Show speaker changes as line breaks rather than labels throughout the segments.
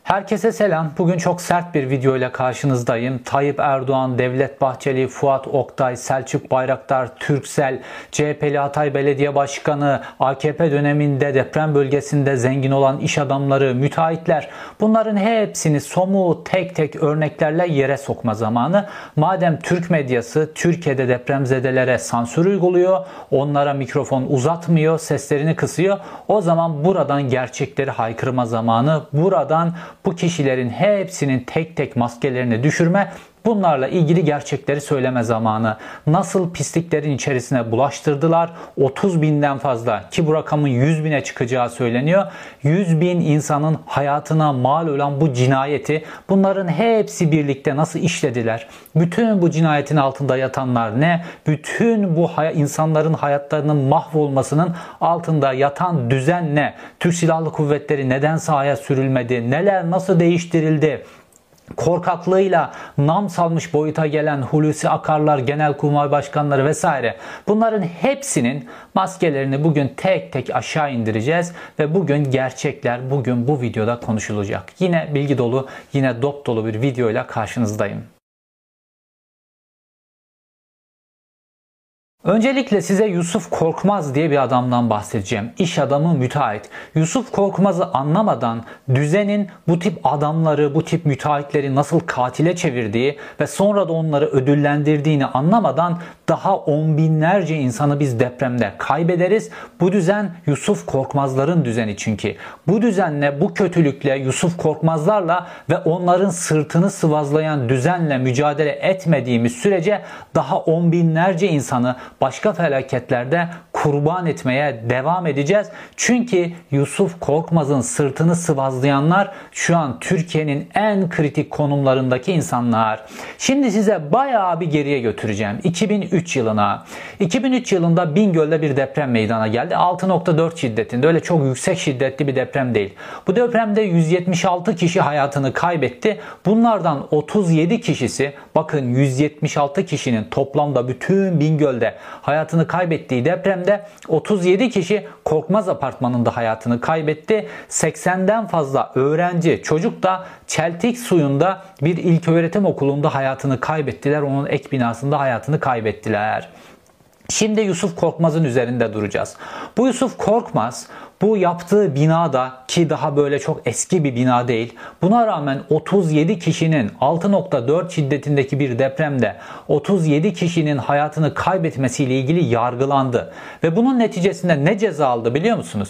Herkese selam. Bugün çok sert bir video ile karşınızdayım. Tayyip Erdoğan, Devlet Bahçeli, Fuat Oktay, Selçuk Bayraktar, Türksel, CHP'li Hatay Belediye Başkanı, AKP döneminde deprem bölgesinde zengin olan iş adamları, müteahhitler, bunların hepsini somut tek tek örneklerle yere sokma zamanı. Madem Türk medyası Türkiye'de depremzedelere sansür uyguluyor, onlara mikrofon uzatmıyor, seslerini kısıyor, o zaman buradan gerçekleri haykırma zamanı, buradan bu kişilerin hepsinin tek tek maskelerini düşürme, bunlarla ilgili gerçekleri söyleme zamanı. Nasıl pisliklerin içerisine bulaştırdılar? 30 binden fazla, ki bu rakamın 100 bine çıkacağı söyleniyor. 100 bin insanın hayatına mal olan bu cinayeti, bunların hepsi birlikte nasıl işlediler? Bütün bu cinayetin altında yatanlar ne? Bütün bu insanların hayatlarının mahvolmasının altında yatan düzen ne? Türk Silahlı Kuvvetleri neden sahaya sürülmedi? Neler nasıl değiştirildi? Korkaklığıyla nam salmış boyuta gelen Hulusi Akarlar, Genelkurmay Başkanları vesaire, bunların hepsinin maskelerini bugün tek tek aşağı indireceğiz ve bugün gerçekler bugün bu videoda konuşulacak. Yine bilgi dolu, yine dop dolu bir videoyla karşınızdayım. Öncelikle size Yusuf Korkmaz diye bir adamdan bahsedeceğim. İş adamı, müteahhit. Yusuf Korkmaz'ı anlamadan düzenin bu tip adamları, bu tip müteahhitleri nasıl katile çevirdiği ve sonra da onları ödüllendirdiğini anlamadan daha on binlerce insanı biz depremde kaybederiz. Bu düzen Yusuf Korkmazların düzeni çünkü. Bu düzenle, bu kötülükle, Yusuf Korkmazlarla ve onların sırtını sıvazlayan düzenle mücadele etmediğimiz sürece daha on binlerce insanı başka felaketlerde kurban etmeye devam edeceğiz. Çünkü Yusuf Korkmaz'ın sırtını sıvazlayanlar şu an Türkiye'nin en kritik konumlarındaki insanlar. Şimdi size bayağı bir geriye götüreceğim. 2003 yılına. 2003 yılında Bingöl'de bir deprem meydana geldi. 6.4 şiddetinde, öyle çok yüksek şiddetli bir deprem değil. Bu depremde 176 kişi hayatını kaybetti. Bunlardan 37 kişisi, bakın 176 kişinin toplamda bütün Bingöl'de hayatını kaybettiği depremde 37 kişi Korkmaz Apartmanı'nda hayatını kaybetti. 80'den fazla öğrenci, çocuk da Çeltik Suyu'nda bir ilköğretim okulunda hayatını kaybettiler. Onun ek binasında hayatını kaybettiler. Şimdi Yusuf Korkmaz'ın üzerinde duracağız. Bu Yusuf Korkmaz, bu yaptığı binada, ki daha böyle çok eski bir bina değil, buna rağmen 37 kişinin 6.4 şiddetindeki bir depremde 37 kişinin hayatını kaybetmesiyle ilgili yargılandı. Ve bunun neticesinde ne ceza aldı biliyor musunuz?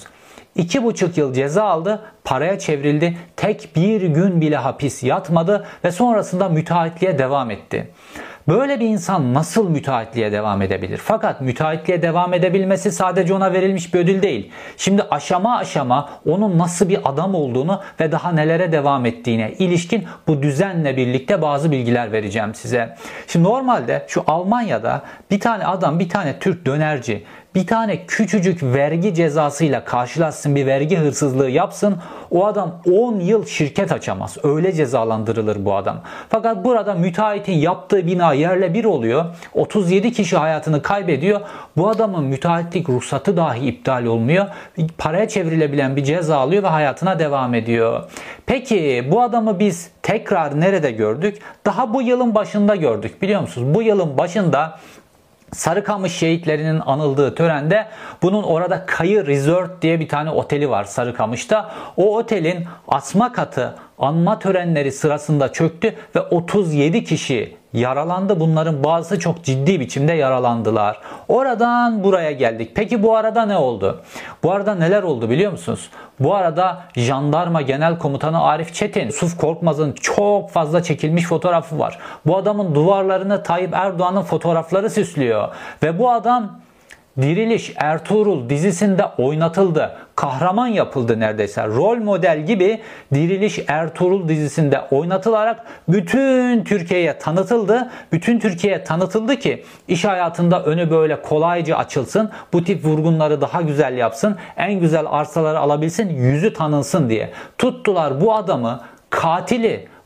2,5 yıl ceza aldı, paraya çevrildi, tek bir gün bile hapis yatmadı ve sonrasında müteahhitliğe devam etti. Böyle bir insan nasıl müteahhitliğe devam edebilir? Fakat müteahhitliğe devam edebilmesi sadece ona verilmiş bir ödül değil. Şimdi aşama aşama onun nasıl bir adam olduğunu ve daha nelere devam ettiğine ilişkin bu düzenle birlikte bazı bilgiler vereceğim size. Şimdi normalde şu Almanya'da bir tane adam, bir tane Türk dönerci bir tane küçücük vergi cezasıyla karşılaşsın, bir vergi hırsızlığı yapsın, o adam 10 yıl şirket açamaz. Öyle cezalandırılır bu adam. Fakat burada müteahhitin yaptığı bina yerle bir oluyor. 37 kişi hayatını kaybediyor. Bu adamın müteahhitlik ruhsatı dahi iptal olmuyor. Paraya çevrilebilen bir ceza alıyor ve hayatına devam ediyor. Peki bu adamı biz tekrar nerede gördük? Daha bu yılın başında gördük, biliyor musunuz? Bu yılın başında Sarıkamış şehitlerinin anıldığı törende, bunun orada Kayı Resort diye bir tane oteli var Sarıkamış'ta. O otelin asma katı anma törenleri sırasında çöktü ve 37 kişi yaralandı. Bunların bazısı çok ciddi biçimde yaralandılar. Oradan buraya geldik. Peki bu arada ne oldu? Bu arada neler oldu biliyor musunuz? Bu arada Jandarma Genel Komutanı Arif Çetin, Yusuf Korkmaz'ın çok fazla çekilmiş fotoğrafı var. Bu adamın duvarlarını Tayyip Erdoğan'ın fotoğrafları süslüyor. Ve bu adam Diriliş Ertuğrul dizisinde oynatıldı. Kahraman yapıldı neredeyse. Rol model gibi Diriliş Ertuğrul dizisinde oynatılarak bütün Türkiye'ye tanıtıldı. Bütün Türkiye'ye tanıtıldı ki iş hayatında önü böyle kolayca açılsın. Bu tip vurgunları daha güzel yapsın. En güzel arsaları alabilsin. Yüzü tanınsın diye. Tuttular bu adamı, katili,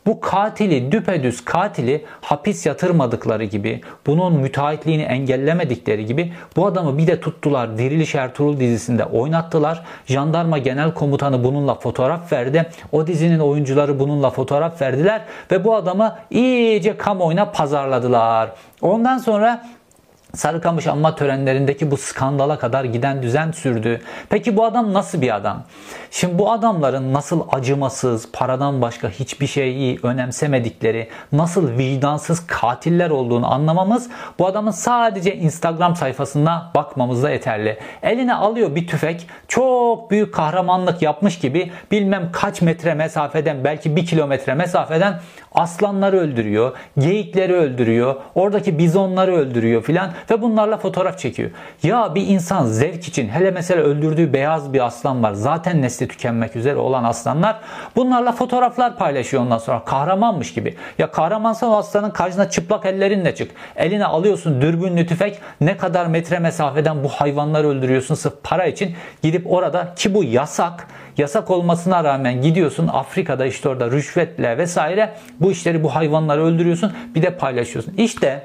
bu katili, düpedüz katili hapis yatırmadıkları gibi, bunun müteahhitliğini engellemedikleri gibi bu adamı bir de tuttular Diriliş Ertuğrul dizisinde oynattılar. Jandarma Genel Komutanı bununla fotoğraf verdi. O dizinin oyuncuları bununla fotoğraf verdiler ve bu adamı iyice kamuoyuna pazarladılar. Ondan sonra Sarıkamış anma törenlerindeki bu skandala kadar giden düzen sürdü. Peki bu adam nasıl bir adam? Şimdi bu adamların nasıl acımasız, paradan başka hiçbir şeyi önemsemedikleri, nasıl vicdansız katiller olduğunu anlamamız bu adamın sadece Instagram sayfasına bakmamızda yeterli. Eline alıyor bir tüfek, çok büyük kahramanlık yapmış gibi bilmem kaç metre mesafeden, belki 1 kilometre mesafeden aslanları öldürüyor, geyikleri öldürüyor, oradaki bizonları öldürüyor filan ve bunlarla fotoğraf çekiyor. Ya bir insan zevk için, hele mesela öldürdüğü beyaz bir aslan var, zaten nesli tükenmek üzere olan aslanlar, bunlarla fotoğraflar paylaşıyor ondan sonra kahramanmış gibi. Ya kahramansan o aslanın karşısına çıplak ellerinle çık. Eline alıyorsun dürbünlü tüfek, ne kadar metre mesafeden bu hayvanları öldürüyorsun sırf para için, gidip orada, ki bu yasak. Yasak olmasına rağmen gidiyorsun Afrika'da, işte orada rüşvetle vesaire bu işleri, bu hayvanları öldürüyorsun, bir de paylaşıyorsun. İşte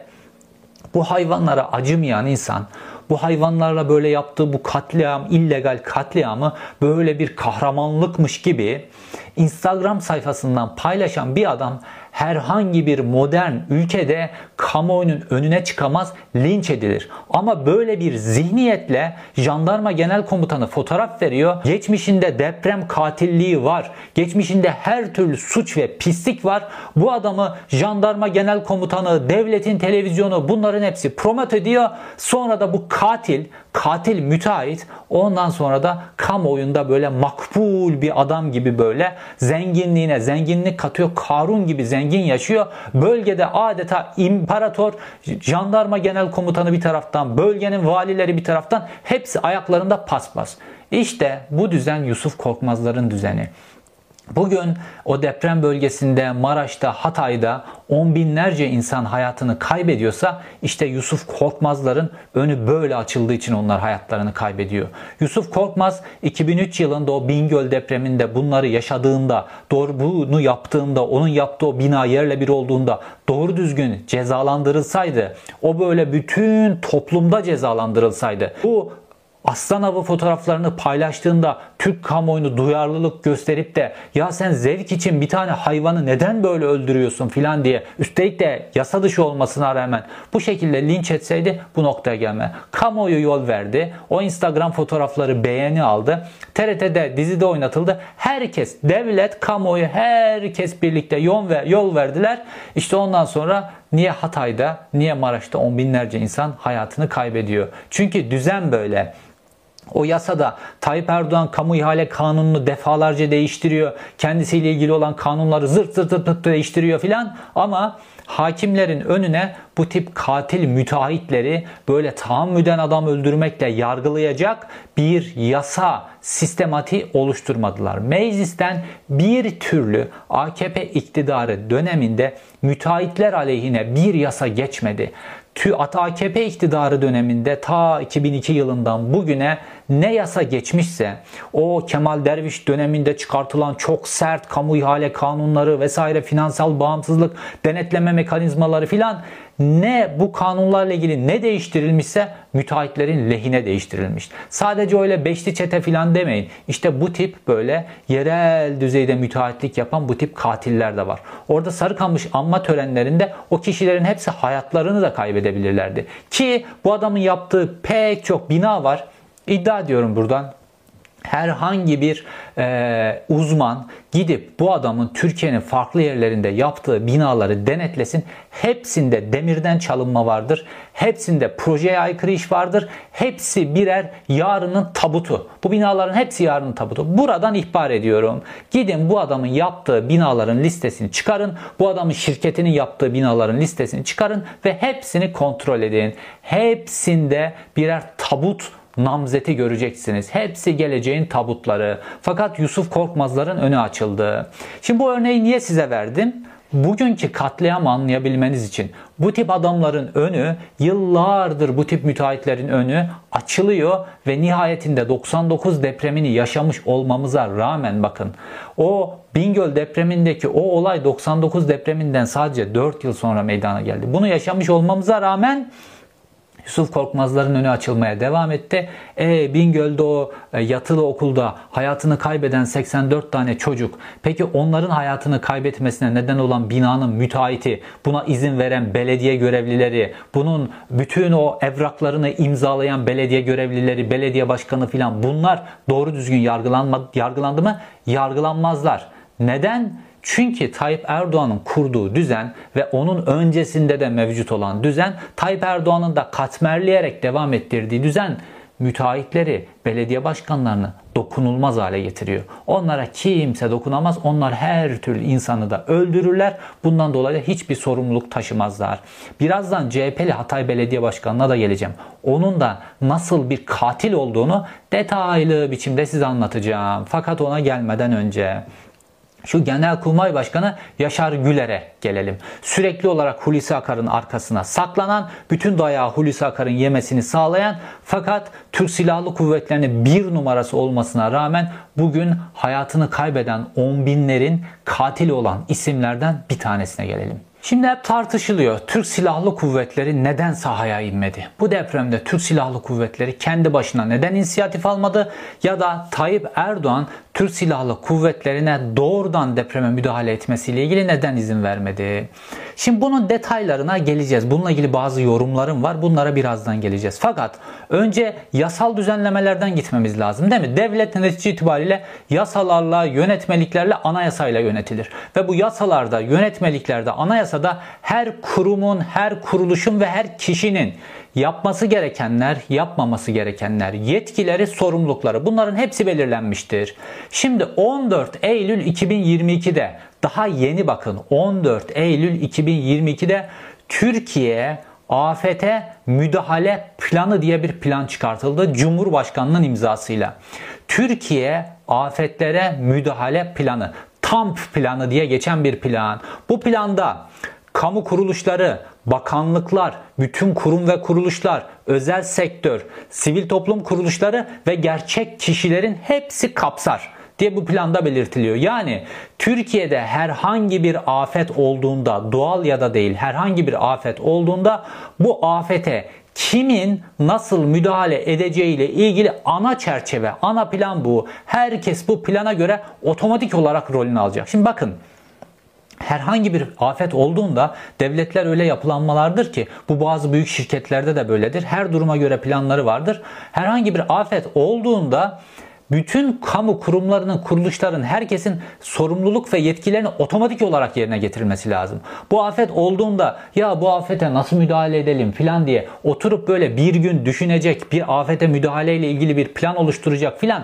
bu hayvanlara acımayan insan, bu hayvanlarla böyle yaptığı bu katliam, illegal katliamı böyle bir kahramanlıkmış gibi Instagram sayfasından paylaşan bir adam herhangi bir modern ülkede kamuoyunun önüne çıkamaz, linç edilir. Ama böyle bir zihniyetle Jandarma Genel Komutanı fotoğraf veriyor. Geçmişinde deprem katilliği var. Geçmişinde her türlü suç ve pislik var. Bu adamı Jandarma Genel Komutanı, devletin televizyonu, bunların hepsi promote ediyor. Sonra da bu katil müteahhit ondan sonra da kamuoyunda böyle makbul bir adam gibi böyle zenginliğine zenginlik katıyor. Karun gibi zengin yaşıyor. Bölgede adeta imparator, Jandarma Genel Komutanı bir taraftan, bölgenin valileri bir taraftan, hepsi ayaklarında paspas. İşte bu düzen Yusuf Korkmazların düzeni. Bugün o deprem bölgesinde, Maraş'ta, Hatay'da on binlerce insan hayatını kaybediyorsa işte Yusuf Korkmazların önü böyle açıldığı için onlar hayatlarını kaybediyor. Yusuf Korkmaz 2003 yılında o Bingöl depreminde bunları yaşadığında, doğru bunu yaptığında, onun yaptığı o bina yerle bir olduğunda doğru düzgün cezalandırılsaydı, o böyle bütün toplumda cezalandırılsaydı, bu aslan avı fotoğraflarını paylaştığında Türk kamuoyunu duyarlılık gösterip de ya sen zevk için bir tane hayvanı neden böyle öldürüyorsun filan diye, üstelik de yasa dışı olmasına rağmen bu şekilde linç etseydi bu noktaya gelme. Kamuoyu yol verdi. O Instagram fotoğrafları beğeni aldı. TRT'de dizide oynatıldı. Herkes, devlet, kamuoyu, herkes birlikte yol verdiler. İşte ondan sonra niye Hatay'da, niye Maraş'ta on binlerce insan hayatını kaybediyor? Çünkü düzen böyle. O yasada Tayyip Erdoğan kamu ihale kanununu defalarca değiştiriyor. Kendisiyle ilgili olan kanunları zırt değiştiriyor filan. Ama hakimlerin önüne bu tip katil müteahhitleri böyle tahammüden adam öldürmekle yargılayacak bir yasa sistematiği oluşturmadılar. Meclisten bir türlü AKP iktidarı döneminde müteahhitler aleyhine bir yasa geçmedi. AKP iktidarı döneminde ta 2002 yılından bugüne ne yasa geçmişse, o Kemal Derviş döneminde çıkartılan çok sert kamu ihale kanunları vesaire, finansal bağımsızlık denetleme mekanizmaları filan, ne bu kanunlarla ilgili ne değiştirilmişse müteahhitlerin lehine değiştirilmiş. Sadece öyle beşli çete filan demeyin. İşte bu tip böyle yerel düzeyde müteahhitlik yapan bu tip katiller de var. Orada Sarıkamış anma törenlerinde o kişilerin hepsi hayatlarını da kaybedebilirlerdi. Ki bu adamın yaptığı pek çok bina var. İddia ediyorum buradan, herhangi bir uzman gidip bu adamın Türkiye'nin farklı yerlerinde yaptığı binaları denetlesin. Hepsinde demirden çalınma vardır. Hepsinde projeye aykırı iş vardır. Hepsi birer yarının tabutu. Bu binaların hepsi yarının tabutu. Buradan ihbar ediyorum. Gidin bu adamın yaptığı binaların listesini çıkarın. Bu adamın şirketinin yaptığı binaların listesini çıkarın ve hepsini kontrol edin. Hepsinde birer tabut namzeti göreceksiniz. Hepsi geleceğin tabutları. Fakat Yusuf Korkmazların önü açıldı. Şimdi bu örneği niye size verdim? bugünkü katliamı anlayabilmeniz için bu tip adamların önü, yıllardır bu tip müteahhitlerin önü açılıyor ve nihayetinde 99 depremini yaşamış olmamıza rağmen bakın o Bingöl depremindeki o olay 99 depreminden sadece 4 yıl sonra meydana geldi. Bunu yaşamış olmamıza rağmen Yusuf Korkmazların önü açılmaya devam etti. Bingöl'de o yatılı okulda hayatını kaybeden 84 tane çocuk. Peki onların hayatını kaybetmesine neden olan binanın müteahhiti, buna izin veren belediye görevlileri, bunun bütün o evraklarını imzalayan belediye görevlileri, belediye başkanı filan, bunlar doğru düzgün yargılandı mı? Yargılanmazlar. Neden? Çünkü Tayyip Erdoğan'ın kurduğu düzen ve onun öncesinde de mevcut olan düzen, Tayyip Erdoğan'ın da katmerleyerek devam ettirdiği düzen müteahhitleri, belediye başkanlarını dokunulmaz hale getiriyor. Onlara kimse dokunamaz. Onlar her türlü insanı da öldürürler. Bundan dolayı hiçbir sorumluluk taşımazlar. Birazdan CHP'li Hatay Belediye Başkanı'na da geleceğim. Onun da nasıl bir katil olduğunu detaylı biçimde size anlatacağım. Fakat ona gelmeden önce şu Genelkurmay Başkanı Yaşar Güler'e gelelim. Sürekli olarak Hulusi Akar'ın arkasına saklanan, bütün dayağı Hulusi Akar'ın yemesini sağlayan, fakat Türk Silahlı Kuvvetleri'nin bir numarası olmasına rağmen bugün hayatını kaybeden on binlerin katili olan isimlerden bir tanesine gelelim. Şimdi hep tartışılıyor. Türk Silahlı Kuvvetleri neden sahaya inmedi? Bu depremde Türk Silahlı Kuvvetleri kendi başına neden inisiyatif almadı? Ya da Tayyip Erdoğan Türk Silahlı Kuvvetlerine doğrudan depreme müdahale etmesiyle ilgili neden izin vermedi? Şimdi bunun detaylarına geleceğiz. Bununla ilgili bazı yorumlarım var. Bunlara birazdan geleceğiz. Fakat önce yasal düzenlemelerden gitmemiz lazım, değil mi? Devlet netice itibariyle yasalarla, yönetmeliklerle, anayasayla yönetilir. Ve bu yasalarda, yönetmeliklerde, anayasada her kurumun, her kuruluşun ve her kişinin yapması gerekenler, yapmaması gerekenler, yetkileri, sorumlulukları, bunların hepsi belirlenmiştir. Şimdi 14 Eylül 2022'de, daha yeni bakın, 14 Eylül 2022'de Türkiye afete müdahale planı diye bir plan çıkartıldı Cumhurbaşkanının imzasıyla. Türkiye afetlere müdahale planı, TAMP planı diye geçen bir plan. Bu planda kamu kuruluşları, bakanlıklar, bütün kurum ve kuruluşlar, özel sektör, sivil toplum kuruluşları ve gerçek kişilerin hepsi kapsar diye bu planda belirtiliyor. Yani Türkiye'de herhangi bir afet olduğunda, doğal ya da değil, herhangi bir afet olduğunda bu afete kimin nasıl müdahale edeceğiyle ilgili ana çerçeve, ana plan bu. Herkes bu plana göre otomatik olarak rolünü alacak. Şimdi bakın, herhangi bir afet olduğunda devletler öyle yapılanmalardır ki, bu bazı büyük şirketlerde de böyledir. Her duruma göre planları vardır. Herhangi bir afet olduğunda bütün kamu kurumlarının, kuruluşların, herkesin sorumluluk ve yetkilerini otomatik olarak yerine getirilmesi lazım. Bu afet olduğunda ya bu afete nasıl müdahale edelim filan diye oturup böyle bir gün düşünecek, bir afete müdahaleyle ilgili bir plan oluşturacak filan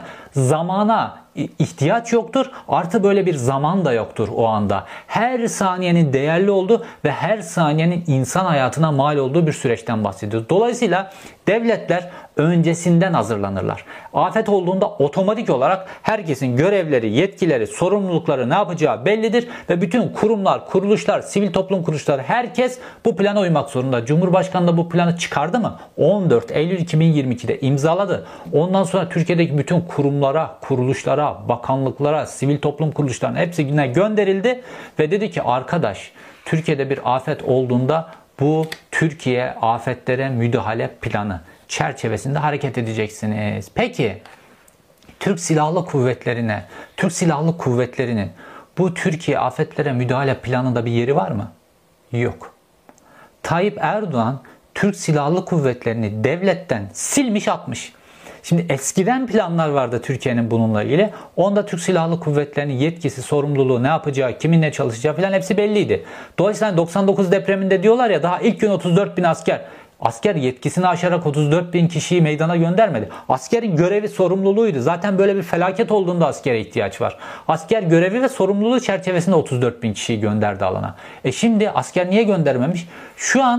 zamana ihtiyaç yoktur. Artı böyle bir zaman da yoktur o anda. Her saniyenin değerli olduğu ve her saniyenin insan hayatına mal olduğu bir süreçten bahsediyoruz. Dolayısıyla devletler öncesinden hazırlanırlar. Afet olduğunda otomatik olarak herkesin görevleri, yetkileri, sorumlulukları, ne yapacağı bellidir ve bütün kurumlar, kuruluşlar, sivil toplum kuruluşları, herkes bu plana uymak zorunda. Cumhurbaşkanı da bu planı çıkardı mı? 14 Eylül 2022'de imzaladı. Ondan sonra Türkiye'deki bütün kurumlara, kuruluşlara, bakanlıklara, sivil toplum kuruluşlarına hepsine gönderildi ve dedi ki arkadaş, Türkiye'de bir afet olduğunda bu Türkiye afetlere müdahale planı çerçevesinde hareket edeceksiniz. Peki Türk Silahlı Kuvvetleri'ne, Türk Silahlı Kuvvetleri'nin bu Türkiye afetlere müdahale planında bir yeri var mı? Yok. Tayyip Erdoğan Türk Silahlı Kuvvetleri'ni devletten silmiş atmış. Şimdi eskiden planlar vardı Türkiye'nin bununla ilgili. Onda Türk Silahlı Kuvvetleri'nin yetkisi, sorumluluğu, ne yapacağı, kiminle çalışacağı falan hepsi belliydi. Dolayısıyla 99 depreminde diyorlar ya, daha ilk gün 34 bin asker. Asker yetkisini aşarak 34 bin kişiyi meydana göndermedi. Askerin görevi, sorumluluğuydu. Zaten böyle bir felaket olduğunda askere ihtiyaç var. Asker görevi ve sorumluluğu çerçevesinde 34 bin kişiyi gönderdi alana. Şimdi asker niye göndermemiş? Şu an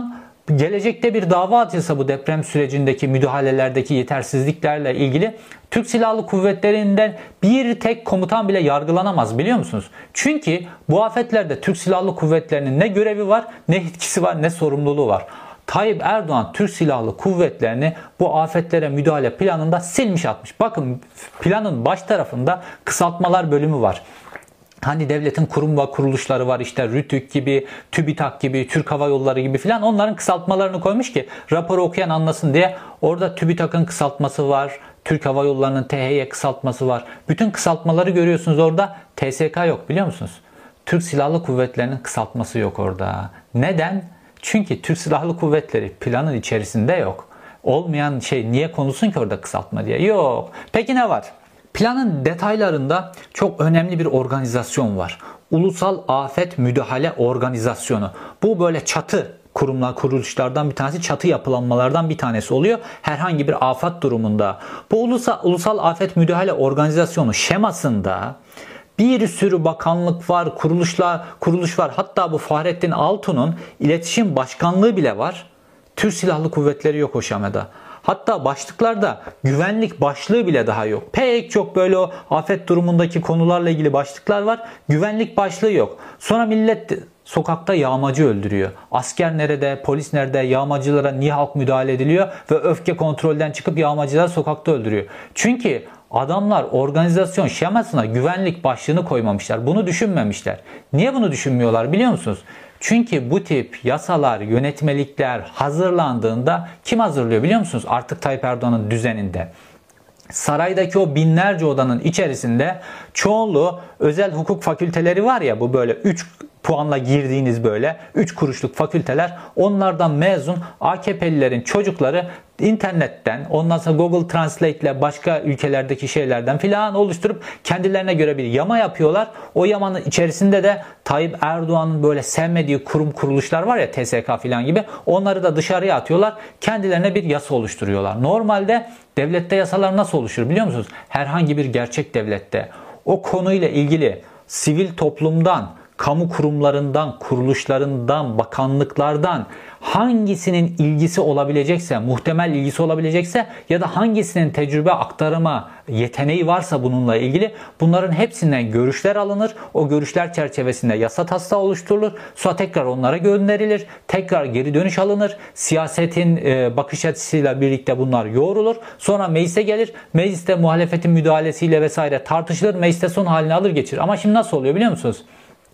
gelecekte bir dava açılsa bu deprem sürecindeki müdahalelerdeki yetersizliklerle ilgili Türk Silahlı Kuvvetleri'nden bir tek komutan bile yargılanamaz, biliyor musunuz? Çünkü bu afetlerde Türk Silahlı Kuvvetleri'nin ne görevi var, ne etkisi var, ne sorumluluğu var. Tayyip Erdoğan Türk Silahlı Kuvvetleri'ni bu afetlere müdahale planında silmiş atmış. Bakın, planın baş tarafında kısaltmalar bölümü var. Hani devletin kurum ve kuruluşları var, işte RÜTÜK gibi, TÜBİTAK gibi, Türk Hava Yolları gibi filan, onların kısaltmalarını koymuş ki raporu okuyan anlasın diye. Orada TÜBİTAK'ın kısaltması var, Türk Hava Yolları'nın THY kısaltması var. Bütün kısaltmaları görüyorsunuz orada. TSK yok, biliyor musunuz? Türk Silahlı Kuvvetleri'nin kısaltması yok orada. Neden? Çünkü Türk Silahlı Kuvvetleri planın içerisinde yok. Olmayan şey niye konulsun ki orada kısaltma diye? Yok. Peki ne var? Planın detaylarında çok önemli bir organizasyon var. Ulusal Afet Müdahale Organizasyonu. Bu böyle çatı kurumlar, kuruluşlardan bir tanesi, çatı yapılanmalardan bir tanesi oluyor herhangi bir afet durumunda. Bu Ulusal Afet Müdahale Organizasyonu şemasında bir sürü bakanlık var, kuruluş var. Hatta bu Fahrettin Altun'un iletişim başkanlığı bile var. Türk Silahlı Kuvvetleri yok o şemada. Hatta başlıklarda güvenlik başlığı bile daha yok. Pek çok böyle o afet durumundaki konularla ilgili başlıklar var. Güvenlik başlığı yok. Sonra millet sokakta yağmacı öldürüyor. Asker nerede, polis nerede, yağmacılara niye halk müdahale ediliyor ve öfke kontrolden çıkıp yağmacılar sokakta öldürüyor. Çünkü adamlar organizasyon şemasına güvenlik başlığını koymamışlar. Bunu düşünmemişler. Niye bunu düşünmüyorlar biliyor musunuz? Çünkü bu tip yasalar, yönetmelikler hazırlandığında kim hazırlıyor biliyor musunuz? Artık Tayyip Erdoğan'ın düzeninde. Saraydaki o binlerce odanın içerisinde çoğunluğu özel hukuk fakülteleri var ya, bu böyle 3 puanla girdiğiniz böyle 3 kuruşluk fakülteler, onlardan mezun AKP'lilerin çocukları internetten, ondan sonra Google Translate ile başka ülkelerdeki şeylerden filan oluşturup kendilerine göre bir yama yapıyorlar. O yamanın içerisinde de Tayyip Erdoğan'ın böyle sevmediği kurum kuruluşlar var ya, TSK filan gibi, onları da dışarıya atıyorlar. Kendilerine bir yasa oluşturuyorlar. Normalde devlette yasalar nasıl oluşur biliyor musunuz? Herhangi bir gerçek devlette o konuyla ilgili sivil toplumdan, kamu kurumlarından, kuruluşlarından, bakanlıklardan hangisinin ilgisi olabilecekse, muhtemel ilgisi olabilecekse ya da hangisinin tecrübe aktarma yeteneği varsa bununla ilgili, bunların hepsinden görüşler alınır. O görüşler çerçevesinde yasa taslağı oluşturulur. Sonra tekrar onlara gönderilir. Tekrar geri dönüş alınır. Siyasetin bakış açısıyla birlikte bunlar yoğrulur. Sonra meclise gelir. Mecliste muhalefetin müdahalesiyle vesaire tartışılır. Mecliste son halini alır geçirir. Ama şimdi nasıl oluyor biliyor musunuz?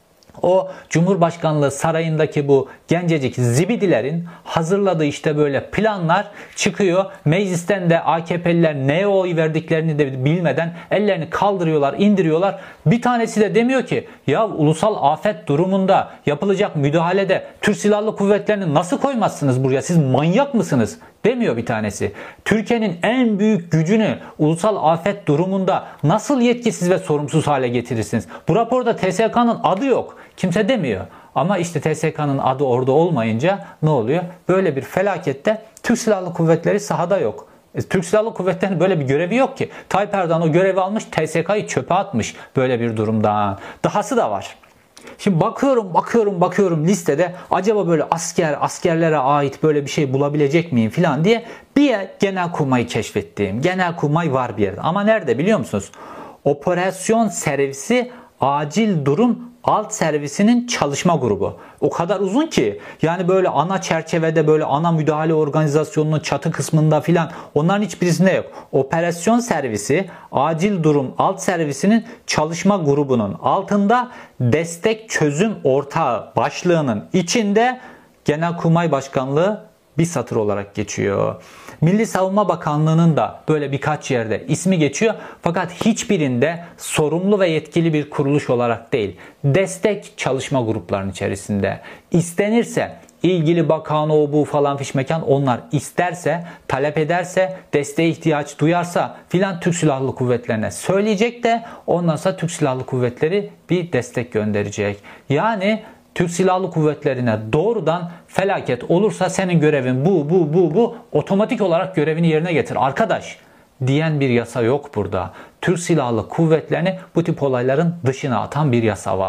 O Cumhurbaşkanlığı sarayındaki bu gencecik zibidilerin hazırladığı işte böyle planlar çıkıyor. Meclisten de AKP'liler neye oy verdiklerini de bilmeden ellerini kaldırıyorlar, indiriyorlar. Bir tanesi de demiyor ki ya ulusal afet durumunda yapılacak müdahalede Türk Silahlı Kuvvetleri'ni nasıl koymazsınız buraya? Siz manyak mısınız? Demiyor bir tanesi. Türkiye'nin en büyük gücünü ulusal afet durumunda nasıl yetkisiz ve sorumsuz hale getirirsiniz? Bu raporda TSK'nın adı yok. Kimse demiyor. Ama işte TSK'nın adı orada olmayınca ne oluyor? Böyle bir felakette Türk Silahlı Kuvvetleri sahada yok. Türk Silahlı Kuvvetleri'nin böyle bir görevi yok ki. Tayyip Erdoğan o görevi almış, TSK'yı çöpe atmış böyle bir durumda. Dahası da var. Şimdi bakıyorum listede acaba böyle askerlere ait böyle bir şey bulabilecek miyim filan diye bir genelkurmayı keşfettim. Genelkurmay var bir yerde. Ama nerede biliyor musunuz? Operasyon Servisi Acil Durum Alt Servisinin çalışma grubu. O kadar uzun ki yani böyle ana çerçevede, böyle ana müdahale organizasyonunun çatı kısmında filan onların hiçbirisinde yok. Operasyon Servisi Acil Durum Alt Servisinin çalışma grubunun altında Destek Çözüm Ortağı başlığının içinde Genelkurmay Başkanlığı bir satır olarak geçiyor. Milli Savunma Bakanlığı'nın da böyle birkaç yerde ismi geçiyor. Fakat hiçbirinde sorumlu ve yetkili bir kuruluş olarak değil, destek çalışma gruplarının içerisinde. İstenirse ilgili bakan o bu falan fişmekan, onlar isterse, talep ederse, desteğe ihtiyaç duyarsa filan Türk Silahlı Kuvvetleri'ne söyleyecek de ondan sonra Türk Silahlı Kuvvetleri bir destek gönderecek. Yani Türk Silahlı Kuvvetleri'ne doğrudan felaket olursa senin görevin bu otomatik olarak görevini yerine getir arkadaş diyen bir yasa yok burada. Türk Silahlı Kuvvetleri'ni bu tip olayların dışına atan bir yasa var.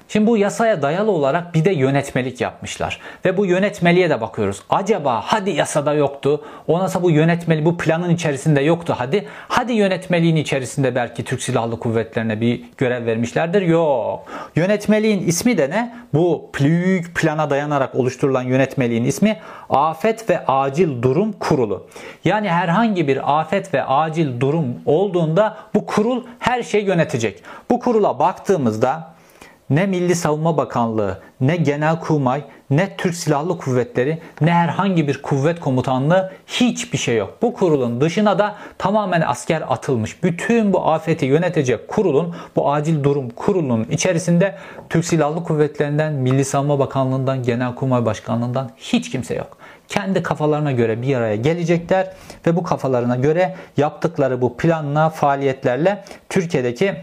Şimdi bu yasaya dayalı olarak bir de yönetmelik yapmışlar. Ve bu yönetmeliğe de bakıyoruz. Acaba hadi yasada yoktu. Ondan bu yönetmeliği bu planın içerisinde yoktu hadi. Hadi yönetmeliğin içerisinde belki Türk Silahlı Kuvvetleri'ne bir görev vermişlerdir. Yok. Yönetmeliğin ismi de ne? Bu büyük plana dayanarak oluşturulan yönetmeliğin ismi Afet ve Acil Durum Kurulu. Yani herhangi bir afet ve acil durum olduğunda bu kurul her şeyi yönetecek. Bu kurula baktığımızda ne Milli Savunma Bakanlığı, ne Genelkurmay, ne Türk Silahlı Kuvvetleri, ne herhangi bir kuvvet komutanlığı, hiçbir şey yok. Bu kurulun dışına da tamamen asker atılmış. Bütün bu afeti yönetecek kurulun, bu acil durum kurulunun içerisinde Türk Silahlı Kuvvetleri'nden, Milli Savunma Bakanlığı'ndan, Genelkurmay Başkanlığı'ndan hiç kimse yok. Kendi kafalarına göre bir araya gelecekler ve bu kafalarına göre yaptıkları bu planla, faaliyetlerle Türkiye'deki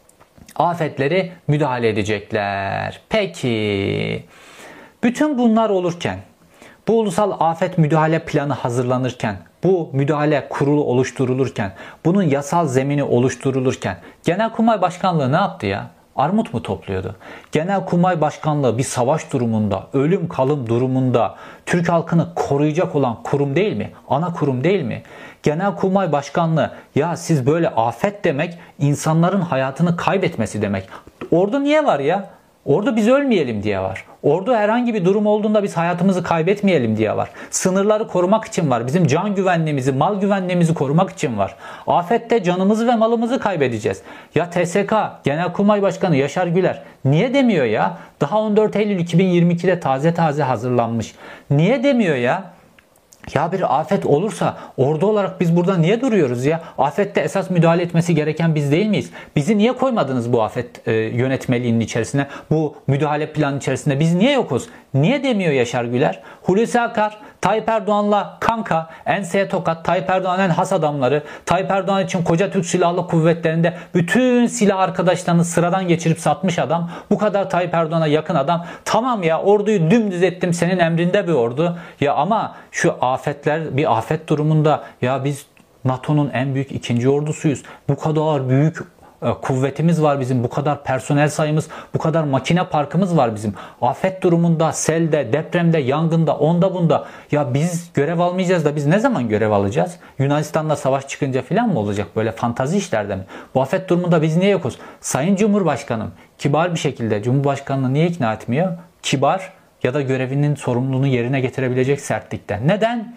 afetleri müdahale edecekler. Peki, bütün bunlar olurken, bu ulusal afet müdahale planı hazırlanırken, bu müdahale kurulu oluşturulurken, bunun yasal zemini oluşturulurken Genelkurmay Başkanlığı ne yaptı ya? Armut mu topluyordu? Genelkurmay Başkanlığı bir savaş durumunda, ölüm kalım durumunda Türk halkını koruyacak olan kurum değil mi? Ana kurum değil mi? Genelkurmay Başkanlığı, ya siz böyle afet demek insanların hayatını kaybetmesi demek. Ordu niye var ya? Ordu biz ölmeyelim diye var. Ordu herhangi bir durum olduğunda biz hayatımızı kaybetmeyelim diye var. Sınırları korumak için var. Bizim can güvenliğimizi, mal güvenliğimizi korumak için var. Afette canımızı ve malımızı kaybedeceğiz. Ya TSK, Genelkurmay Başkanı Yaşar Güler niye demiyor ya? Daha 14 Eylül 2022'de taze hazırlanmış. Niye demiyor ya? Ya bir afet olursa ordu olarak biz burada niye duruyoruz ya? Afette esas müdahale etmesi gereken biz değil miyiz? Bizi niye koymadınız bu afet yönetmeliğinin içerisine? Bu müdahale planının içerisinde biz niye yokuz? Niye demiyor Yaşar Güler? Hulusi Akar, Tayyip Erdoğan'la kanka, enseye tokat, Tayyip Erdoğan'ın en has adamları, Tayyip Erdoğan için koca Türk Silahlı Kuvvetleri'nde bütün silah arkadaşlarını sıradan geçirip satmış adam. Bu kadar Tayyip Erdoğan'a yakın adam. Tamam ya, orduyu dümdüz ettim, senin emrinde bir ordu. Ya ama şu afetler, bir afet durumunda ya biz NATO'nun en büyük ikinci ordusuyuz. Bu kadar büyük kuvvetimiz var bizim, bu kadar personel sayımız, bu kadar makine parkımız var bizim. Afet durumunda, selde, depremde, yangında, onda bunda. Ya biz görev almayacağız da biz ne zaman görev alacağız? Yunanistan'la savaş çıkınca falan mı olacak? Böyle fantazi işlerde mi? Bu afet durumunda biz niye yokuz? Sayın Cumhurbaşkanım kibar bir şekilde Cumhurbaşkanlığı niye ikna etmiyor? Kibar ya da görevinin sorumluluğunu yerine getirebilecek sertlikte. Neden?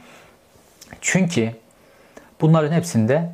Çünkü bunların hepsinde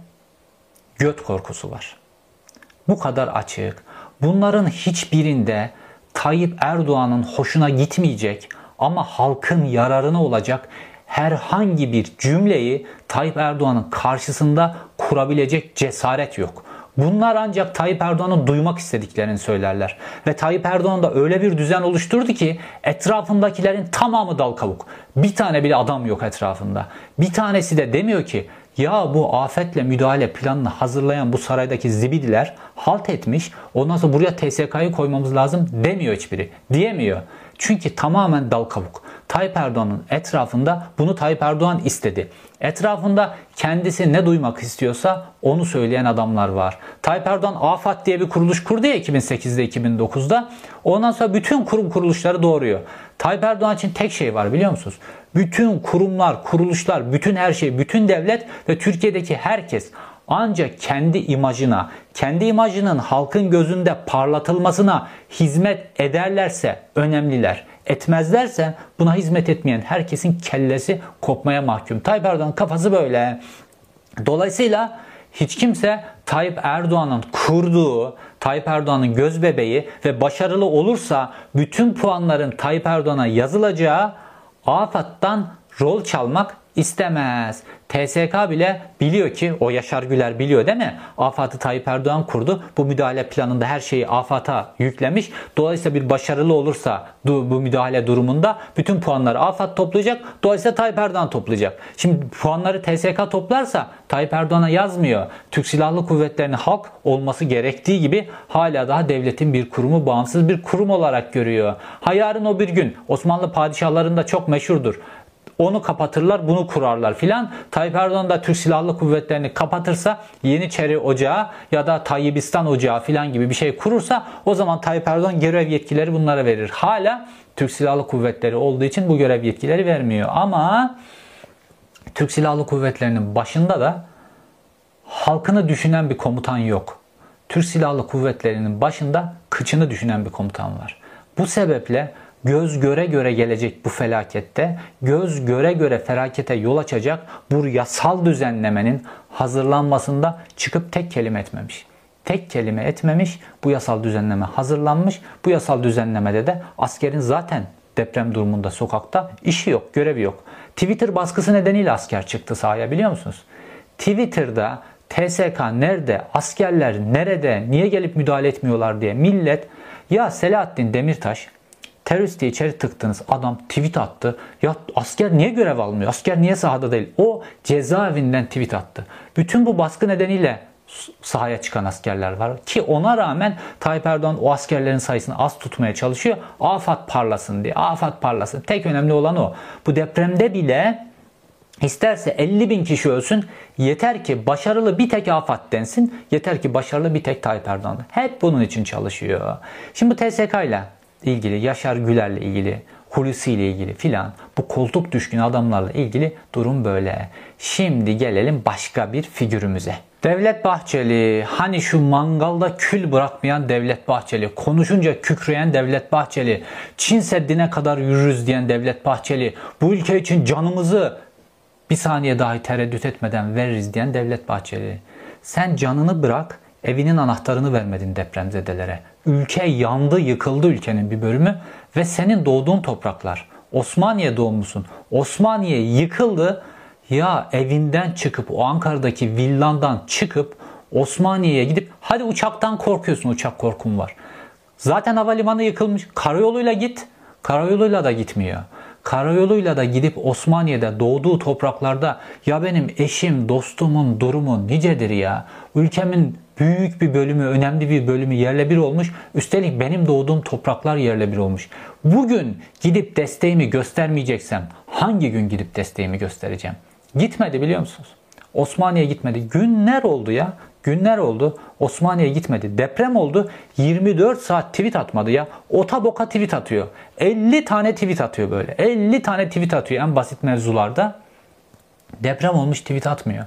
göt korkusu var. Bu kadar açık. Bunların hiçbirinde Tayyip Erdoğan'ın hoşuna gitmeyecek ama halkın yararına olacak herhangi bir cümleyi Tayyip Erdoğan'ın karşısında kurabilecek cesaret yok. Bunlar ancak Tayyip Erdoğan'ın duymak istediklerini söylerler. Ve Tayyip Erdoğan da öyle bir düzen oluşturdu ki etrafındakilerin tamamı dal kavuk. Bir tane bile adam yok etrafında. Bir tanesi de demiyor ki ya bu afetle müdahale planını hazırlayan bu saraydaki zibidiler halt etmiş. Ondan sonra buraya TSK'yı koymamız lazım demiyor hiçbiri. Diyemiyor. Çünkü tamamen dal kavuk. Tayyip Erdoğan'ın etrafında bunu Tayyip Erdoğan istedi. Etrafında kendisi ne duymak istiyorsa onu söyleyen adamlar var. Tayyip Erdoğan AFAD diye bir kuruluş kurdu ya 2008'de 2009'da. Ondan sonra bütün kurum kuruluşları doğuruyor. Tayyip Erdoğan için tek şey var biliyor musunuz? Bütün kurumlar, kuruluşlar, bütün her şey, bütün devlet ve Türkiye'deki herkes ancak kendi imajına, kendi imajının halkın gözünde parlatılmasına hizmet ederlerse önemliler. Etmezlerse buna hizmet etmeyen herkesin kellesi kopmaya mahkum. Tayyip Erdoğan'ın kafası böyle. Dolayısıyla hiç kimse Tayyip Erdoğan'ın kurduğu, Tayyip Erdoğan'ın gözbebeği ve başarılı olursa bütün puanların Tayyip Erdoğan'a yazılacağı AFAD'dan rol çalmak istemez. TSK bile biliyor ki, o Yaşar Güler biliyor değil mi? AFAD'ı Tayyip Erdoğan kurdu. Bu müdahale planında her şeyi AFAD'a yüklemiş. Dolayısıyla bir başarılı olursa bu müdahale durumunda bütün puanları AFAD toplayacak. Dolayısıyla Tayyip Erdoğan toplayacak. Şimdi puanları TSK toplarsa Tayyip Erdoğan'a yazmıyor. Türk Silahlı Kuvvetleri'nin halk olması gerektiği gibi hala daha devletin bir kurumu, bağımsız bir kurum olarak görüyor. Ha yarın o bir gün Osmanlı padişahlarında çok meşhurdur. onu kapatırlar, bunu kurarlar filan. Tayyip Erdoğan da Türk Silahlı Kuvvetleri'ni kapatırsa, Yeniçeri Ocağı ya da Tayyibistan Ocağı filan gibi bir şey kurursa, o zaman Tayyip Erdoğan görev yetkileri bunlara verir. Hala Türk Silahlı Kuvvetleri olduğu için bu görev yetkileri vermiyor. Ama Türk Silahlı Kuvvetleri'nin başında da halkını düşünen bir komutan yok. Türk Silahlı Kuvvetleri'nin başında kıçını düşünen bir komutan var. Bu sebeple göz göre göre gelecek bu felakette, göz göre göre felakete yol açacak bu yasal düzenlemenin hazırlanmasında çıkıp tek kelime etmemiş. Tek kelime etmemiş, bu yasal düzenleme hazırlanmış. Bu yasal düzenlemede de askerin zaten deprem durumunda sokakta işi yok, görevi yok. Twitter baskısı nedeniyle asker çıktı sahaya, biliyor musunuz? Twitter'da TSK nerede, askerler nerede, niye gelip müdahale etmiyorlar diye millet, ya Selahattin Demirtaş terörist diye içeri tıktınız, adam tweet attı. Ya asker niye görev almıyor? Asker niye sahada değil? O cezaevinden tweet attı. Bütün bu baskı nedeniyle sahaya çıkan askerler var. Ki ona rağmen Tayyip Erdoğan o askerlerin sayısını az tutmaya çalışıyor. Afat parlasın diye. Afat parlasın. Tek önemli olan o. Bu depremde bile İsterse 50 bin kişi ölsün, yeter ki başarılı bir tek Afat densin, yeter ki başarılı bir tek Tayyip Erdoğan. Hep bunun için çalışıyor. Şimdi bu TSK ile ilgili, Yaşar Güler'le ilgili, Hulusi ile ilgili filan, bu koltuk düşkün adamlarla ilgili durum böyle. Şimdi gelelim başka bir figürümüze. Devlet Bahçeli, hani şu mangalda kül bırakmayan Devlet Bahçeli, konuşunca kükreyen Devlet Bahçeli, Çin Seddi'ne kadar yürürüz diyen Devlet Bahçeli, bu ülke için canımızı bir saniye dahi tereddüt etmeden veririz diyen Devlet Bahçeli. Sen canını bırak, evinin anahtarını vermedin depremzedelere. Ülke yandı, yıkıldı ülkenin bir bölümü ve senin doğduğun topraklar. Osmaniye doğumlusun. Osmaniye yıkıldı. Ya evinden çıkıp, o Ankara'daki villandan çıkıp Osmaniye'ye gidip, hadi uçaktan korkuyorsun, uçak korkun var. Zaten havalimanı yıkılmış. Karayoluyla git. Karayoluyla da gitmiyor. Karayoluyla da gidip Osmaniye'de doğduğu topraklarda, ya benim eşim, dostumun durumu nicedir ya. Ülkemin büyük bir bölümü, önemli bir bölümü yerle bir olmuş. Üstelik benim doğduğum topraklar yerle bir olmuş. Bugün gidip desteğimi göstermeyeceksem hangi gün gidip desteğimi göstereceğim? Gitmedi, biliyor musunuz? Osmaniye gitmedi. Günler oldu ya. Günler oldu. Osmaniye gitmedi. Deprem oldu. 24 saat tweet atmadı ya. Ota boka tweet atıyor. 50 tane tweet atıyor böyle. 50 tane tweet atıyor en basit mevzularda. Deprem olmuş, tweet atmıyor.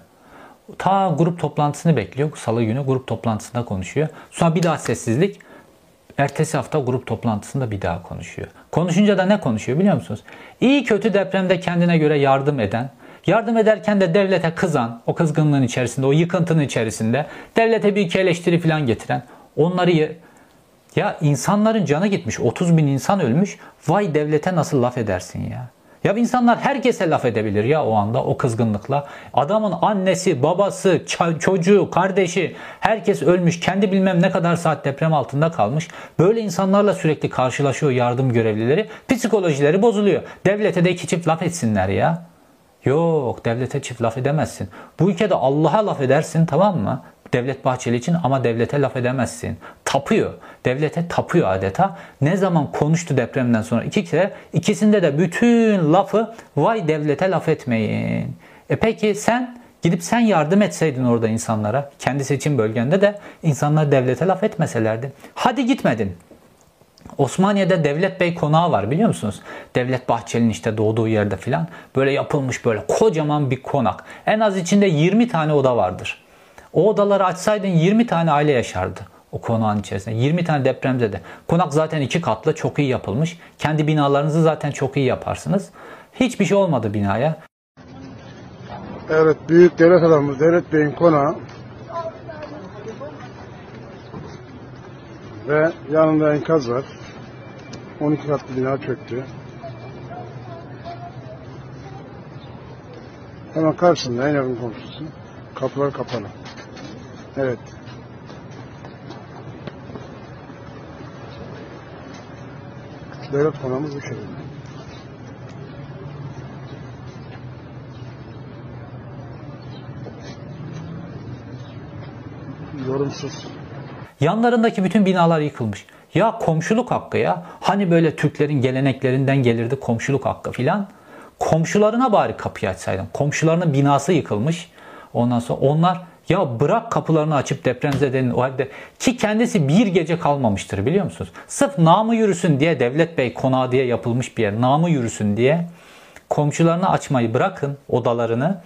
Ta grup toplantısını bekliyor. Salı günü grup toplantısında konuşuyor. Sonra bir daha sessizlik. Ertesi hafta grup toplantısında bir daha konuşuyor. Konuşunca da ne konuşuyor biliyor musunuz? İyi kötü depremde kendine göre yardım eden, yardım ederken de devlete kızan, o kızgınlığın içerisinde, o yıkıntının içerisinde devlete bir iki eleştiri falan getiren, onları, ya insanların canı gitmiş, 30 bin insan ölmüş, vay devlete nasıl laf edersin ya? Ya insanlar herkese laf edebilir ya o anda, o kızgınlıkla. Adamın annesi, babası, çocuğu, kardeşi, herkes ölmüş. Kendi bilmem ne kadar saat deprem altında kalmış. Böyle insanlarla sürekli karşılaşıyor yardım görevlileri. Psikolojileri bozuluyor. Devlete de iki çift laf etsinler ya. Yok, devlete çift laf edemezsin. Bu ülkede Allah'a laf edersin, tamam mı? Devlet Bahçeli için, ama devlete laf edemezsin. Tapıyor. Devlete tapıyor adeta. Ne zaman konuştu depremden sonra? 2 kere. İkisinde de bütün lafı, vay devlete laf etmeyin. Peki sen gidip sen yardım etseydin orada insanlara, kendi seçim bölgende de insanlar devlete laf etmeselerdi. Hadi gitmedin. Osmaniye'de Devlet Bey konağı var, biliyor musunuz? Devlet Bahçeli'nin işte doğduğu yerde filan böyle yapılmış, böyle kocaman bir konak. En az içinde 20 tane oda vardır. O odaları açsaydın 20 tane aile yaşardı o konağın içerisinde. 20 tane depremzede. Konak zaten 2 katlı, çok iyi yapılmış. Kendi binalarınızı zaten çok iyi yaparsınız. Hiçbir şey olmadı binaya.
Evet, büyük devlet adamı Devlet Bey'in konağı ve yanında enkaz var. 12 katlı bina çöktü. Hemen karşısında en yakın komşusu. Kapılar kapalı. Evet. Devlet konağımız bu şekilde. Yorumsuz.
Yanlarındaki bütün binalar yıkılmış. Ya komşuluk hakkı ya. Hani böyle Türklerin geleneklerinden gelirdi komşuluk hakkı filan. Komşularına bari kapıyı açsaydın. Komşularının binası yıkılmış. Ondan sonra onlar ya bırak kapılarını açıp depremzedenin o halde ki kendisi bir gece kalmamıştır biliyor musunuz? Sırf namı yürüsün diye Devlet Bey konağı diye yapılmış bir yer. Namı yürüsün diye komşularını açmayı bırakın odalarını.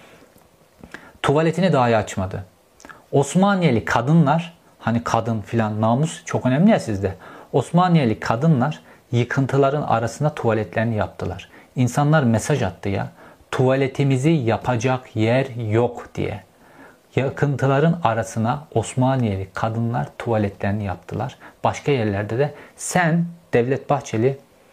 Tuvaletini dahi açmadı. Osmaniyeli kadınlar hani kadın filan namus çok önemli ya sizde. Osmaniyeli kadınlar yıkıntıların arasında tuvaletlerini yaptılar. İnsanlar mesaj attı ya. Tuvaletimizi yapacak yer yok diye. Yıkıntıların arasına Osmaniyeli kadınlar tuvaletlerini yaptılar. Başka yerlerde de sen Devlet Bahçeli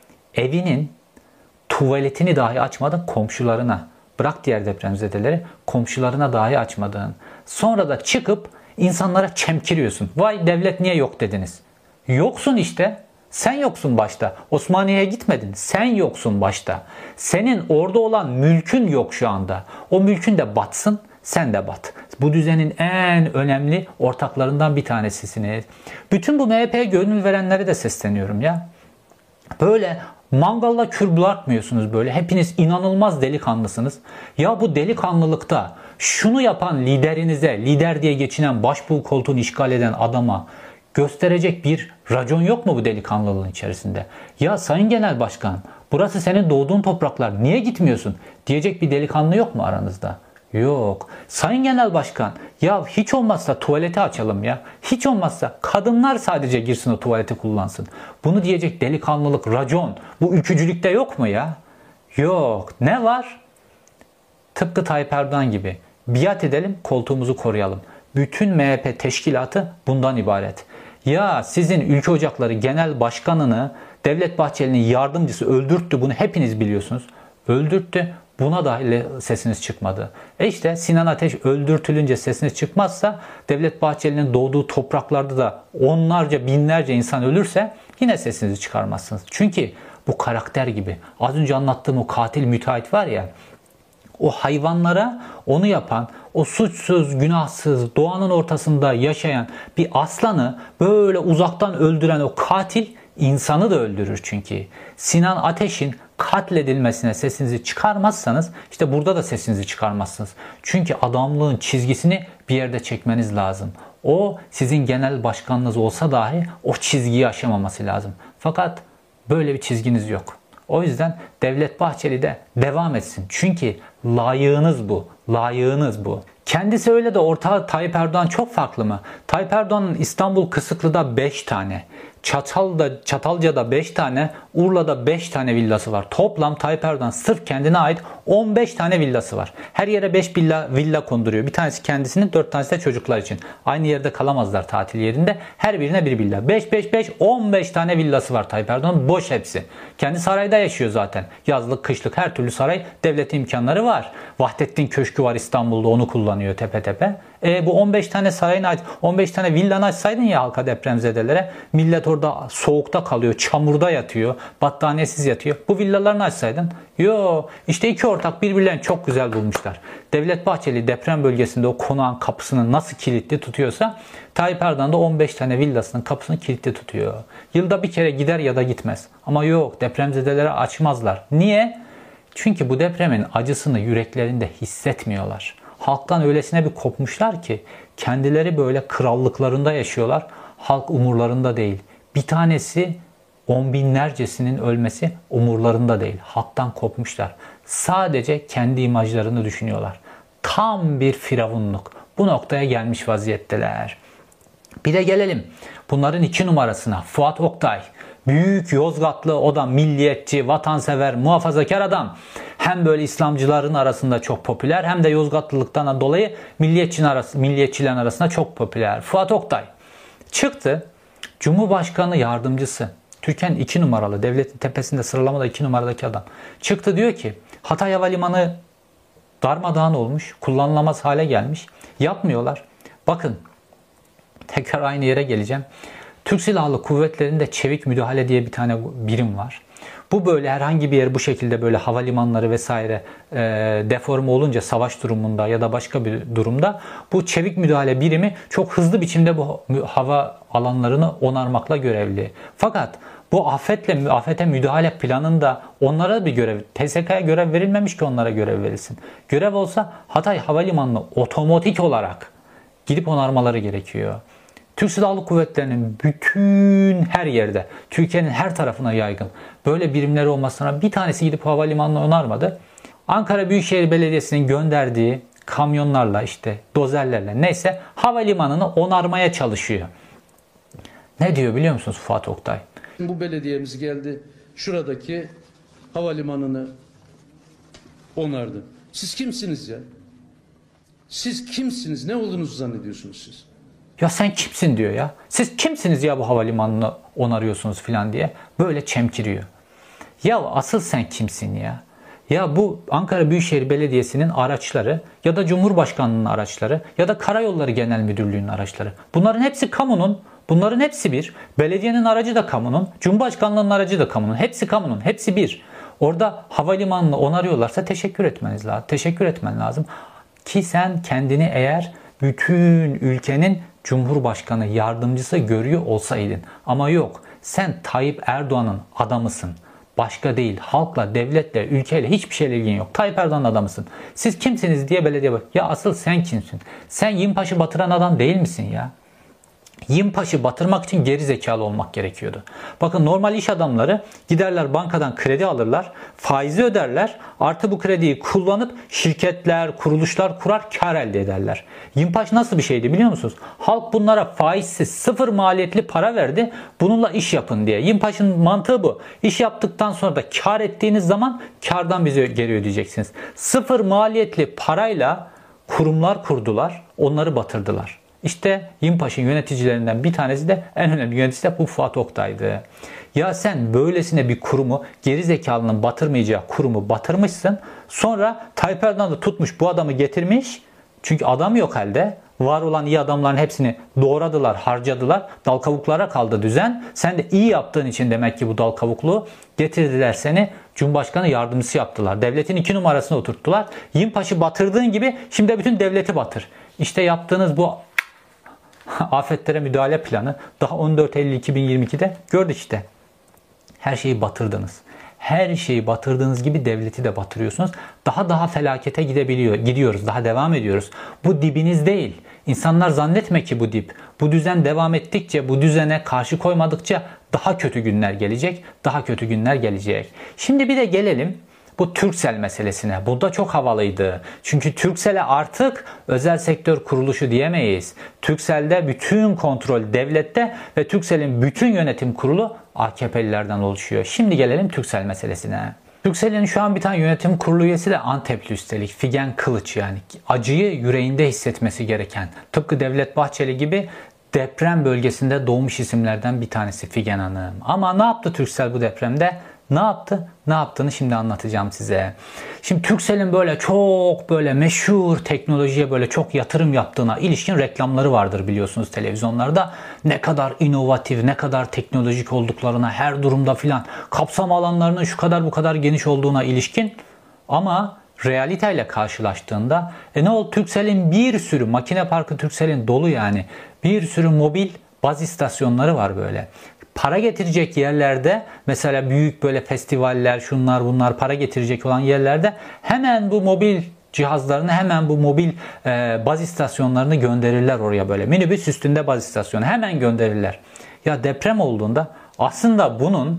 evinin tuvaletini dahi açmadın komşularına. Bırak diğer depremzedeleri, komşularına dahi açmadın. Sonra da çıkıp insanlara çemkiriyorsun. Vay devlet niye yok dediniz. Yoksun işte. Sen yoksun başta. Osmaniye'ye gitmedin. Sen yoksun başta. Senin orada olan mülkün yok şu anda. O mülkün de batsın, sen de bat. Bu düzenin en önemli ortaklarından bir tanesisiniz. Bütün bu MHP'ye gönül verenlere de sesleniyorum ya. Böyle mangalla kür bırakmıyorsunuz böyle. Hepiniz inanılmaz delikanlısınız. Ya bu delikanlılıkta şunu yapan liderinize, lider diye geçinen başbuğ koltuğunu işgal eden adama gösterecek bir racon yok mu bu delikanlılığın içerisinde? Ya Sayın Genel Başkan, burası senin doğduğun topraklar, niye gitmiyorsun diyecek bir delikanlı yok mu aranızda? Yok. Sayın Genel Başkan, ya hiç olmazsa tuvaleti açalım ya. Hiç olmazsa kadınlar sadece girsin o tuvaleti kullansın. Bunu diyecek delikanlılık, racon, bu ülkücülükte yok mu ya? Yok. Ne var? Tıpkı Tayyip Erdoğan gibi. Biat edelim, koltuğumuzu koruyalım. Bütün MHP teşkilatı bundan ibaret. Ya sizin Ülke Ocakları Genel Başkanını Devlet Bahçeli'nin yardımcısı öldürttü. Bunu hepiniz biliyorsunuz. Öldürttü. Buna dahi sesiniz çıkmadı. İşte Sinan Ateş öldürtülünce sesiniz çıkmazsa Devlet Bahçeli'nin doğduğu topraklarda da onlarca binlerce insan ölürse yine sesinizi çıkarmazsınız. Çünkü bu karakter gibi. Az önce anlattığım o katil müteahhit var ya, o hayvanlara onu yapan, o suçsuz, günahsız, doğanın ortasında yaşayan bir aslanı böyle uzaktan öldüren o katil insanı da öldürür çünkü. Sinan Ateş'in katledilmesine sesinizi çıkarmazsanız işte burada da sesinizi çıkarmazsınız. Çünkü adamlığın çizgisini bir yerde çekmeniz lazım. O sizin genel başkanınız olsa dahi o çizgiyi aşamaması lazım. Fakat böyle bir çizginiz yok. O yüzden Devlet Bahçeli de devam etsin. Çünkü layığınız bu. Layığınız bu. Kendisi öyle de ortağı Tayyip Erdoğan çok farklı mı? Tayyip Erdoğan'ın İstanbul Kısıklı'da 5 tane, Çatalca'da 5 tane, Urla'da 5 tane villası var. Toplam Tayyip Erdoğan sırf kendine ait 15 tane villası var. Her yere 5 villa konduruyor. Bir tanesi kendisinin, 4 tanesi de çocuklar için. Aynı yerde kalamazlar tatil yerinde. Her birine bir villa. 5, 15 tane villası var Tayyip Erdoğan. Boş hepsi. Kendi sarayda yaşıyor zaten. Yazlık, kışlık her türlü saray, devlet imkanları var. Vahdettin Köşkü var İstanbul'da, onu kullanıyor tepe tepe. Bu 15 tane sarayına ait 15 tane villanı açsaydın ya halka, depremzedelere. Millet orada soğukta kalıyor, çamurda yatıyor, battaniyesiz yatıyor. Bu villalarını açsaydın. Yo, işte iki ortak birbirlerini çok güzel bulmuşlar. Devlet Bahçeli deprem bölgesinde o konağın kapısını nasıl kilitli tutuyorsa Tayyip Erdoğan da 15 tane villasının kapısını kilitli tutuyor. Yılda bir kere gider ya da gitmez. Ama yok, depremzedelere açmazlar. Niye? Çünkü bu depremin acısını yüreklerinde hissetmiyorlar. Halktan öylesine bir kopmuşlar ki kendileri böyle krallıklarında yaşıyorlar. Halk umurlarında değil. Bir tanesi, on binlercesinin ölmesi umurlarında değil. Halktan kopmuşlar. Sadece kendi imajlarını düşünüyorlar. Tam bir firavunluk. Bu noktaya gelmiş vaziyetteler. Bir de gelelim bunların 2 numarasına. Fuat Oktay. Büyük Yozgatlı, o da milliyetçi, vatansever, muhafazakar adam. Hem böyle İslamcıların arasında çok popüler, hem de Yozgatlılıktan dolayı milliyetçilerin arasında çok popüler. Fuat Oktay çıktı. Cumhurbaşkanı yardımcısı. Türkiye'nin 2 numaralı, devletin tepesinde sıralamada 2 numaradaki adam. Çıktı, diyor ki Hatay Havalimanı darmadağın olmuş, kullanılamaz hale gelmiş. Yapmıyorlar. Bakın, tekrar aynı yere geleceğim. Türk Silahlı Kuvvetleri'nde çevik müdahale diye bir tane birim var. Bu böyle herhangi bir yer bu şekilde böyle havalimanları vesaire deforme olunca savaş durumunda ya da başka bir durumda bu çevik müdahale birimi çok hızlı biçimde bu hava alanlarını onarmakla görevli. Fakat Bu afete müdahale planında onlara bir görev, TSK'ya görev verilmemiş ki onlara görev verilsin. Görev olsa Hatay Havalimanı'nı otomatik olarak gidip onarmaları gerekiyor. Türk Silahlı Kuvvetleri'nin bütün her yerde, Türkiye'nin her tarafına yaygın böyle birimleri olmasına bir tanesi gidip havalimanını onarmadı. Ankara Büyükşehir Belediyesi'nin gönderdiği kamyonlarla işte dozerlerle neyse havalimanını onarmaya çalışıyor. Ne diyor biliyor musunuz Fuat Oktay?
Bu belediyemiz geldi şuradaki havalimanını onardı. Siz kimsiniz ya? Siz kimsiniz? Ne olduğunuzu zannediyorsunuz siz?
Ya sen kimsin diyor ya. Siz kimsiniz ya bu havalimanını onarıyorsunuz filan diye. Böyle çemkiriyor. Ya asıl sen kimsin ya? Ya bu Ankara Büyükşehir Belediyesi'nin araçları ya da Cumhurbaşkanlığı'nın araçları ya da Karayolları Genel Müdürlüğü'nün araçları. Bunların hepsi kamunun. Bunların hepsi bir. Belediyenin aracı da kamunun. Cumhurbaşkanlığının aracı da kamunun. Hepsi kamunun. Hepsi bir. Orada havalimanını onarıyorlarsa teşekkür etmeniz lazım. Teşekkür etmen lazım. Ki sen kendini eğer bütün ülkenin Cumhurbaşkanı yardımcısı görüyor olsaydın. Ama yok. Sen Tayyip Erdoğan'ın adamısın. Başka değil. Halkla, devletle, ülkeyle hiçbir şeyle ilgin yok. Tayyip Erdoğan'ın adamısın. Siz kimsiniz diye belediye bak. Ya asıl sen kimsin? Sen Yimpaş'ı batıran adam değil misin ya? Yimpaş'ı batırmak için geri zekalı olmak gerekiyordu. Bakın normal iş adamları giderler bankadan kredi alırlar, faizi öderler, artı bu krediyi kullanıp şirketler, kuruluşlar kurar, kar elde ederler. Yimpaş nasıl bir şeydi biliyor musunuz? Halk bunlara faizsiz, sıfır maliyetli para verdi, bununla iş yapın diye. Yimpaş'ın mantığı bu. İş yaptıktan sonra da kar ettiğiniz zaman kardan bize geri ödeyeceksiniz. Sıfır maliyetli parayla kurumlar kurdular, onları batırdılar. İşte Yimpaş'ın yöneticilerinden bir tanesi de en önemli yöneticisi de bu Fuat Oktay'dı. Ya sen böylesine bir kurumu, gerizekalının batırmayacağı kurumu batırmışsın. Sonra Tayyip Erdoğan da tutmuş bu adamı getirmiş. Çünkü adam yok elde. Var olan iyi adamların hepsini doğradılar, harcadılar. Dal kavuklara kaldı düzen. Sen de iyi yaptığın için demek ki bu dal kavukluğu getirdiler seni. Cumhurbaşkanı yardımcısı yaptılar. Devletin 2 numarasına oturttular. Yimpaş'ı batırdığın gibi şimdi de bütün devleti batır. İşte yaptığınız bu afetlere müdahale planı daha 14 Eylül 2022'de gördük işte. Her şeyi batırdınız. Her şeyi batırdığınız gibi devleti de batırıyorsunuz. Daha felakete gidiyoruz. Daha devam ediyoruz. Bu dibiniz değil. İnsanlar zannetme ki bu dip. Bu düzen devam ettikçe, bu düzene karşı koymadıkça daha kötü günler gelecek. Daha kötü günler gelecek. Şimdi bir de gelelim bu Turkcell meselesine. Bu da çok havalıydı. Çünkü Turkcell'e artık özel sektör kuruluşu diyemeyiz. Turkcell'de bütün kontrol devlette ve Turkcell'in bütün yönetim kurulu AKP'lilerden oluşuyor. Şimdi gelelim Turkcell meselesine. Turkcell'in şu an bir tane yönetim kurulu üyesi de Antepli üstelik. Figen Kılıç yani. Acıyı yüreğinde hissetmesi gereken. Tıpkı Devlet Bahçeli gibi deprem bölgesinde doğmuş isimlerden bir tanesi Figen Hanım. Ama ne yaptı Turkcell bu depremde? Ne yaptı? Ne yaptığını şimdi anlatacağım size. Şimdi Turkcell'in böyle çok böyle meşhur teknolojiye böyle çok yatırım yaptığına ilişkin reklamları vardır biliyorsunuz televizyonlarda. Ne kadar inovatif, ne kadar teknolojik olduklarına her durumda filan kapsam alanlarının şu kadar bu kadar geniş olduğuna ilişkin. Ama realiteyle karşılaştığında ne oldu? Turkcell'in bir sürü makine parkı Turkcell'in dolu yani. Bir sürü mobil baz istasyonları var böyle. Para getirecek yerlerde mesela büyük böyle festivaller şunlar bunlar para getirecek olan yerlerde hemen bu mobil cihazlarını hemen bu mobil baz istasyonlarını gönderirler oraya böyle. Minibüs üstünde baz istasyonu hemen gönderirler. Ya deprem olduğunda aslında bunun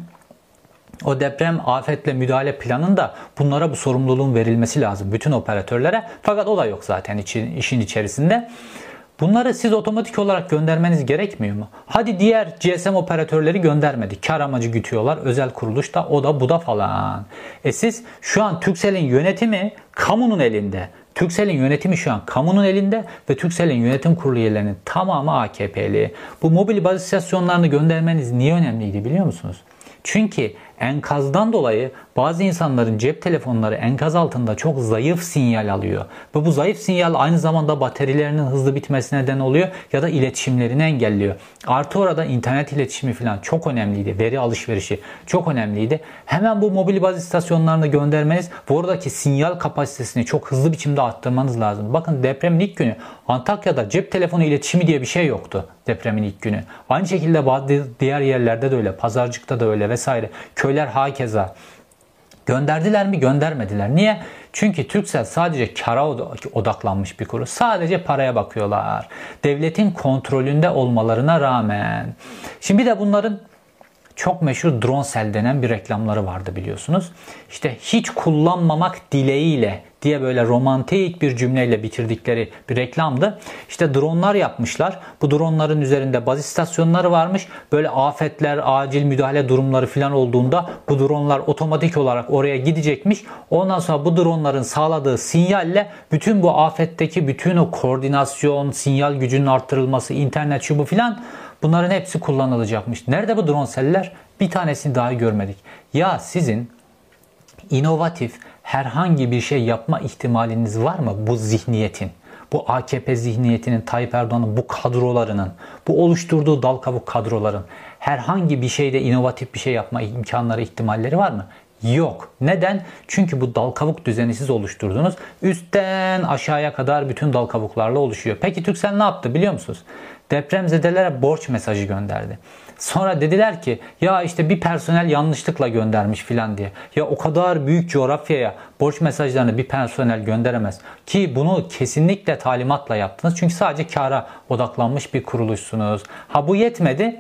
o deprem afetle müdahale planında bunlara bu sorumluluğun verilmesi lazım bütün operatörlere. Fakat o da yok zaten işin içerisinde. Bunları siz otomatik olarak göndermeniz gerekmiyor mu? Hadi diğer GSM operatörleri göndermedi. Kar amacı gütüyorlar. Özel kuruluş da o da bu da falan. Siz şu an Turkcell'in yönetimi kamunun elinde. Turkcell'in yönetimi şu an kamunun elinde ve Turkcell'in yönetim kurulu üyelerinin tamamı AKP'li. Bu mobil baz istasyonlarını göndermeniz niye önemliydi biliyor musunuz? Çünkü enkazdan dolayı bazı insanların cep telefonları enkaz altında çok zayıf sinyal alıyor. Ve bu zayıf sinyal aynı zamanda baterilerinin hızlı bitmesine neden oluyor ya da iletişimlerini engelliyor. Artı orada internet iletişimi falan çok önemliydi. Veri alışverişi çok önemliydi. Hemen bu mobil baz istasyonlarını göndermeniz ve oradaki sinyal kapasitesini çok hızlı biçimde arttırmanız lazım. Bakın depremin ilk günü Antakya'da cep telefonu iletişimi diye bir şey yoktu. depremin ilk günü. Aynı şekilde bazı diğer yerlerde de öyle. Pazarcık'ta da öyle vesaire. Köyler hakeza. Gönderdiler mi? Göndermediler. Niye? Çünkü Turkcell sadece kara odaklanmış bir kurum. Sadece paraya bakıyorlar. Devletin kontrolünde olmalarına rağmen. Şimdi bir de bunların çok meşhur Dronecell denen bir reklamları vardı biliyorsunuz. İşte hiç kullanmamak dileğiyle diye böyle romantik bir cümleyle bitirdikleri bir reklamdı. İşte dronlar yapmışlar. Bu dronların üzerinde baz istasyonları varmış. Böyle afetler, acil müdahale durumları falan olduğunda bu dronlar otomatik olarak oraya gidecekmiş. Ondan sonra bu dronların sağladığı sinyalle bütün bu afetteki bütün o koordinasyon, sinyal gücünün arttırılması, internet şu bu filan bunların hepsi kullanılacakmış. Nerede bu Dronecell'ler? Bir tanesini daha görmedik. Ya sizin inovatif herhangi bir şey yapma ihtimaliniz var mı bu zihniyetin? Bu AKP zihniyetinin, Tayyip Erdoğan'ın bu kadrolarının, bu oluşturduğu dal kabuk kadroların herhangi bir şeyde inovatif bir şey yapma imkanları, ihtimalleri var mı? Yok. Neden? Çünkü bu dal kabuk düzeni siz oluşturdunuz. Üstten aşağıya kadar bütün dal kabuklarla oluşuyor. Peki Turkcell ne yaptı biliyor musunuz? Depremzedelere borç mesajı gönderdi. Sonra dediler ki ya işte bir personel yanlışlıkla göndermiş filan diye. Ya o kadar büyük coğrafyaya borç mesajlarını bir personel gönderemez. Ki bunu kesinlikle talimatla yaptınız. Çünkü sadece kâra odaklanmış bir kuruluşsunuz. Ha bu yetmedi.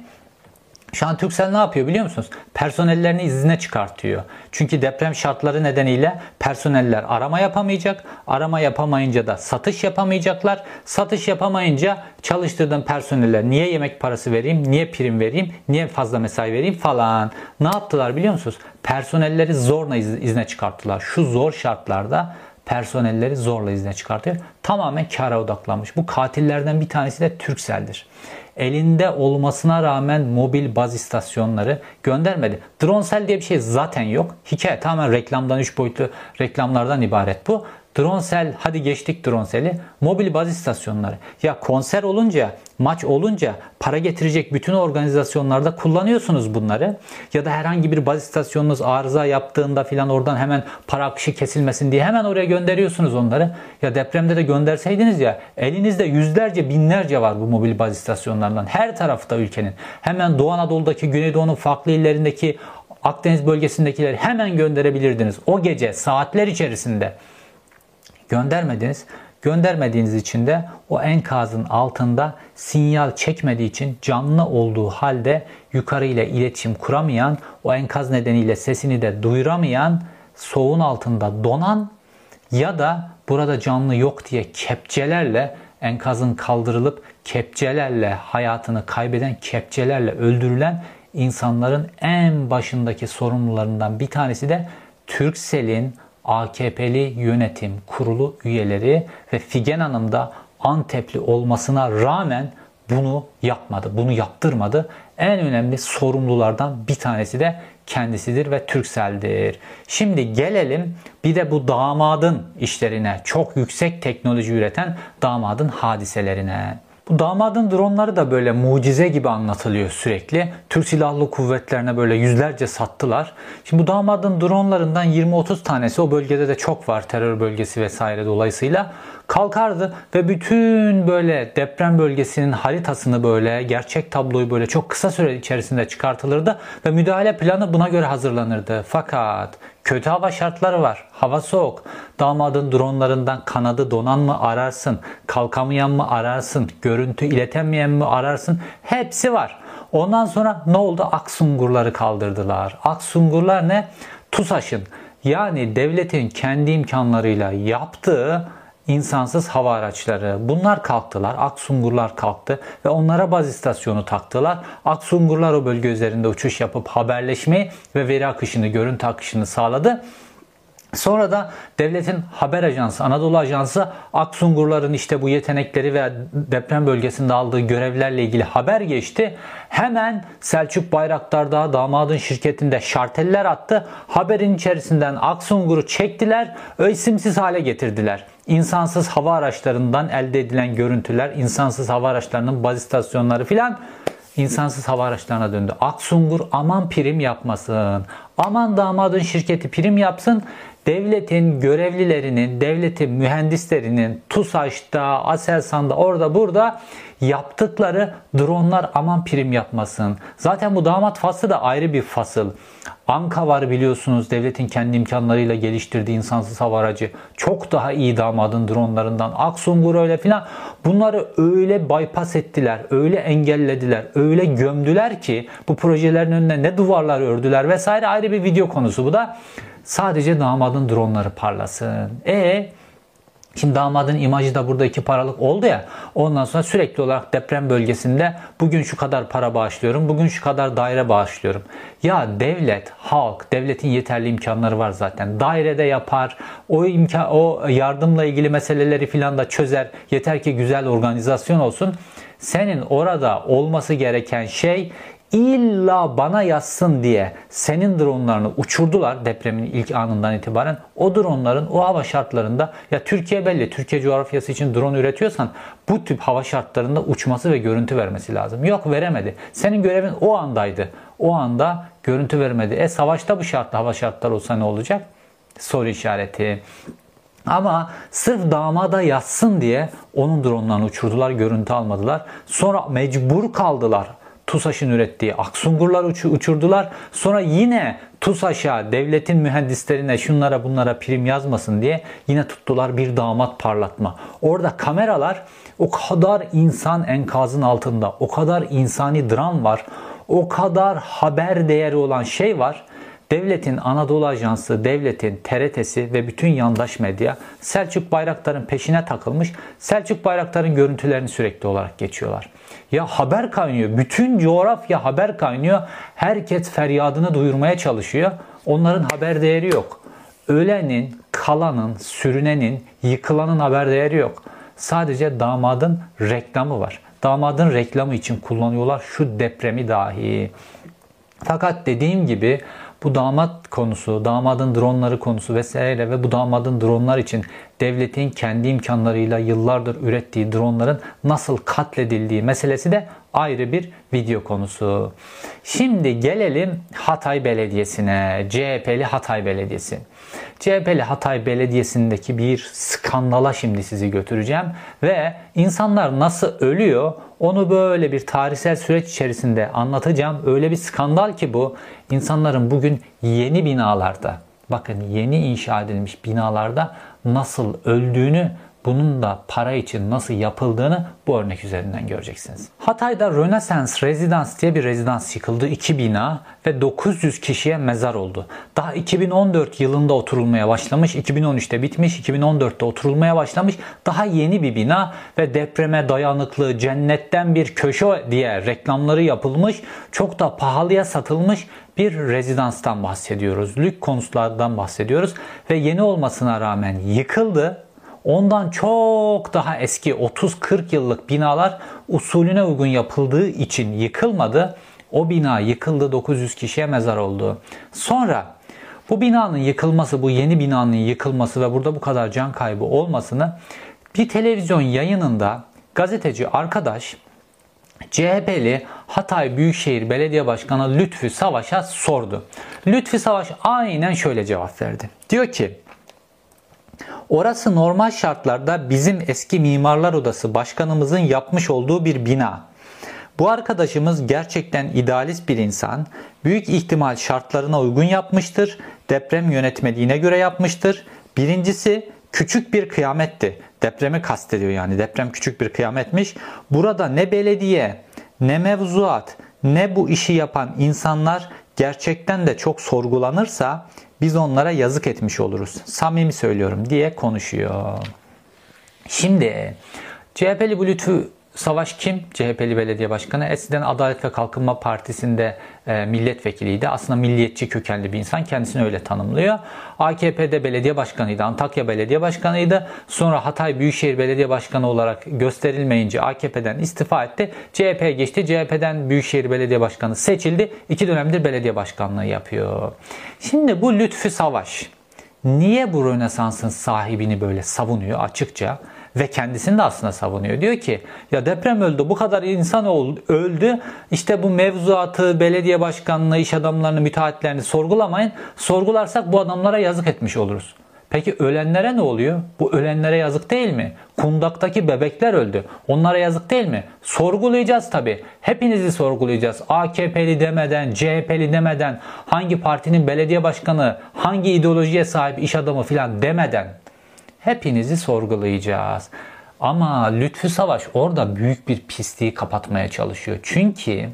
Şu an Turkcell ne yapıyor biliyor musunuz? Personellerini izne çıkartıyor. Çünkü deprem şartları nedeniyle personeller arama yapamayacak. Arama yapamayınca da satış yapamayacaklar. Satış yapamayınca çalıştırdığım personeller niye yemek parası vereyim, niye prim vereyim, niye fazla mesai vereyim falan. Ne yaptılar biliyor musunuz? Personelleri zorla izne çıkarttılar. Şu zor şartlarda personelleri zorla izne çıkartıyor. Tamamen kâra odaklanmış. Bu katillerden bir tanesi de Turkcell'dir. Elinde olmasına rağmen mobil baz istasyonları göndermedi. Dronecell diye bir şey zaten yok. Hikaye tamamen reklamdan, 3 boyutlu reklamlardan ibaret bu. Dronecell, hadi geçtik Dronecell'i. Mobil baz istasyonları. Ya konser olunca, maç olunca para getirecek bütün organizasyonlarda kullanıyorsunuz bunları. Ya da herhangi bir baz istasyonunuz arıza yaptığında filan oradan hemen para akışı kesilmesin diye hemen oraya gönderiyorsunuz onları. Ya depremde de gönderseydiniz ya, elinizde yüzlerce, binlerce var bu mobil baz istasyonlarından. Her tarafta ülkenin. Hemen Doğu Anadolu'daki, Güneydoğu'nun farklı illerindeki, Akdeniz bölgesindekileri hemen gönderebilirdiniz. O gece saatler içerisinde. Göndermediniz. Göndermediğiniz için de o enkazın altında sinyal çekmediği için canlı olduğu halde yukarı ile iletişim kuramayan, o enkaz nedeniyle sesini de duyuramayan, soğuğun altında donan ya da burada canlı yok diye kepçelerle enkazın kaldırılıp kepçelerle hayatını kaybeden, kepçelerle öldürülen insanların en başındaki sorumlularından bir tanesi de Turkcell'in AKP'li yönetim kurulu üyeleri ve Figen Hanım da Antepli olmasına rağmen bunu yapmadı, bunu yaptırmadı. En önemli sorumlulardan bir tanesi de kendisidir ve Turkcell'dir. Şimdi gelelim bir de bu damadın işlerine, çok yüksek teknoloji üreten damadın hadiselerine. Bu damadın dronları da böyle mucize gibi anlatılıyor sürekli. Türk Silahlı Kuvvetlerine böyle yüzlerce sattılar. Şimdi bu damadın dronlarından 20-30 tanesi, o bölgede de çok var, terör bölgesi vesaire dolayısıyla, kalkardı ve bütün böyle deprem bölgesinin haritasını, böyle gerçek tabloyu böyle çok kısa süre içerisinde çıkartılırdı ve müdahale planı buna göre hazırlanırdı. Fakat kötü hava şartları var. Hava soğuk. Damadın dronlarından kanadı donan mı ararsın? Kalkamayan mı ararsın? Görüntü iletemeyen mi ararsın? Hepsi var. Ondan sonra ne oldu? Aksungurları kaldırdılar. Aksungurlar ne? TUSAŞ'ın, yani devletin kendi imkanlarıyla yaptığı insansız hava araçları. Bunlar kalktılar. Aksungurlar kalktı ve onlara baz istasyonu taktılar. Aksungurlar o bölge üzerinde uçuş yapıp haberleşmeyi ve veri akışını, görüntü akışını sağladı. Sonra da devletin haber ajansı, Anadolu Ajansı, Aksungurların işte bu yetenekleri ve deprem bölgesinde aldığı görevlerle ilgili haber geçti. Hemen Selçuk Bayraktar'da damadın şirketinde şarteller attı. Haberin içerisinden Aksungur'u çektiler, isimsiz hale getirdiler. İnsansız hava araçlarından elde edilen görüntüler, insansız hava araçlarının baz istasyonları filan insansız hava araçlarına döndü. Aksungur aman prim yapmasın, aman damadın şirketi prim yapsın, devletin görevlilerinin, devletin mühendislerinin TUSAŞ'ta, ASELSAN'da, orada burada yaptıkları dronlar aman prim yapmasın. Zaten bu damat faslı da ayrı bir fasıl. Anka var biliyorsunuz, devletin kendi imkanlarıyla geliştirdiği insansız hava aracı. Çok daha iyi damadın dronlarından. Aksungur öyle filan. Bunları öyle bypass ettiler, öyle engellediler, öyle gömdüler ki bu projelerin önüne ne duvarlar ördüler vesaire, ayrı bir video konusu bu da. Sadece damadın dronları parlasın. Şimdi damadın imajı da burada 2 paralık oldu ya. Ondan sonra sürekli olarak deprem bölgesinde bugün şu kadar para bağışlıyorum, bugün şu kadar daire bağışlıyorum. Ya devlet, halk, devletin yeterli imkanları var zaten. Dairede yapar, o yardımla ilgili meseleleri filan da çözer. Yeter ki güzel organizasyon olsun. Senin orada olması gereken şey, İlla bana yazsın diye senin dronlarını uçurdular depremin ilk anından itibaren. O dronların o hava şartlarında, ya Türkiye belli, Türkiye coğrafyası için drone üretiyorsan bu tip hava şartlarında uçması ve görüntü vermesi lazım. Yok, veremedi. Senin görevin o andaydı. O anda görüntü vermedi. Savaşta bu şartla hava şartları olsa ne olacak? Soru işareti. Ama sırf damada yazsın diye onun dronlarını uçurdular, görüntü almadılar. Sonra mecbur kaldılar. TUSAŞ'ın ürettiği Aksungurlar uçurdular. Sonra yine TUSAŞ'a, devletin mühendislerine, şunlara bunlara prim yazmasın diye yine tuttular bir damat parlatma. Orada kameralar, o kadar insan enkazın altında, o kadar insani dram var, o kadar haber değeri olan şey var. Devletin Anadolu Ajansı, devletin TRT'si ve bütün yandaş medya Selçuk Bayraktar'ın peşine takılmış. Selçuk Bayraktar'ın görüntülerini sürekli olarak geçiyorlar. Ya haber kaynıyor. Bütün coğrafya haber kaynıyor. Herkes feryadını duyurmaya çalışıyor. Onların haber değeri yok. Ölenin, kalanın, sürünenin, yıkılanın haber değeri yok. Sadece damadın reklamı var. Damadın reklamı için kullanıyorlar şu depremi dahi. Fakat dediğim gibi bu damat konusu, damadın dronları konusu vesaire ve bu damadın dronlar için devletin kendi imkanlarıyla yıllardır ürettiği dronların nasıl katledildiği meselesi de ayrı bir video konusu. Şimdi gelelim Hatay Belediyesi'ne, CHP'li Hatay Belediyesi. CHP'li Hatay Belediyesi'ndeki bir skandala şimdi sizi götüreceğim ve insanlar nasıl ölüyor onu böyle bir tarihsel süreç içerisinde anlatacağım. Öyle bir skandal ki bu, insanların bugün yeni binalarda, bakın yeni inşa edilmiş binalarda nasıl öldüğünü, bunun da para için nasıl yapıldığını bu örnek üzerinden göreceksiniz. Hatay'da Rönesans Rezidans diye bir rezidans yıkıldı. 2 bina ve 900 kişiye mezar oldu. Daha 2014 yılında oturulmaya başlamış, 2013'te bitmiş, 2014'te oturulmaya başlamış. Daha yeni bir bina ve depreme dayanıklı, cennetten bir köşe diye reklamları yapılmış, çok da pahalıya satılmış bir rezidanstan bahsediyoruz. Lüks konutlardan bahsediyoruz ve yeni olmasına rağmen yıkıldı. Ondan çok daha eski 30-40 yıllık binalar usulüne uygun yapıldığı için yıkılmadı. O bina yıkıldı, 900 kişiye mezar oldu. Sonra bu binanın yıkılması, bu yeni binanın yıkılması ve burada bu kadar can kaybı olmasını bir televizyon yayınında gazeteci arkadaş CHP'li Hatay Büyükşehir Belediye Başkanı Lütfü Savaş'a sordu. Lütfü Savaş aynen şöyle cevap verdi. Diyor ki, orası normal şartlarda bizim eski Mimarlar Odası Başkanımızın yapmış olduğu bir bina. Bu arkadaşımız gerçekten idealist bir insan. Büyük ihtimal şartlarına uygun yapmıştır. Deprem yönetmeliğine göre yapmıştır. Birincisi küçük bir kıyametti. Depremi kastediyor yani. Deprem küçük bir kıyametmiş. Burada ne belediye, ne mevzuat, ne bu işi yapan insanlar gerçekten de çok sorgulanırsa biz onlara yazık etmiş oluruz. Samimi söylüyorum diye konuşuyor. Şimdi CHP'li bu Lütfü Savaş kim? CHP'li belediye başkanı. Eskiden Adalet ve Kalkınma Partisi'nde milletvekiliydi. Aslında milliyetçi kökenli bir insan. Kendisini öyle tanımlıyor. AKP'de belediye başkanıydı. Antakya belediye başkanıydı. Sonra Hatay Büyükşehir Belediye Başkanı olarak gösterilmeyince AKP'den istifa etti. CHP'ye geçti. CHP'den Büyükşehir Belediye Başkanı seçildi. 2 dönemdir belediye başkanlığı yapıyor. Şimdi bu Lütfü Savaş niye bu Rönesans'ın sahibini böyle savunuyor açıkça? Ve kendisini de aslında savunuyor. Diyor ki ya deprem öldü, bu kadar insan öldü. İşte bu mevzuatı, belediye başkanlığı, iş adamlarını, müteahhitlerini sorgulamayın. Sorgularsak bu adamlara yazık etmiş oluruz. Peki ölenlere ne oluyor? Bu ölenlere yazık değil mi? Kundaktaki bebekler öldü. Onlara yazık değil mi? Sorgulayacağız tabii. Hepinizi sorgulayacağız. AKP'li demeden, CHP'li demeden, hangi partinin belediye başkanı, hangi ideolojiye sahip iş adamı filan demeden hepinizi sorgulayacağız. Ama Lütfü Savaş orada büyük bir pisliği kapatmaya çalışıyor. Çünkü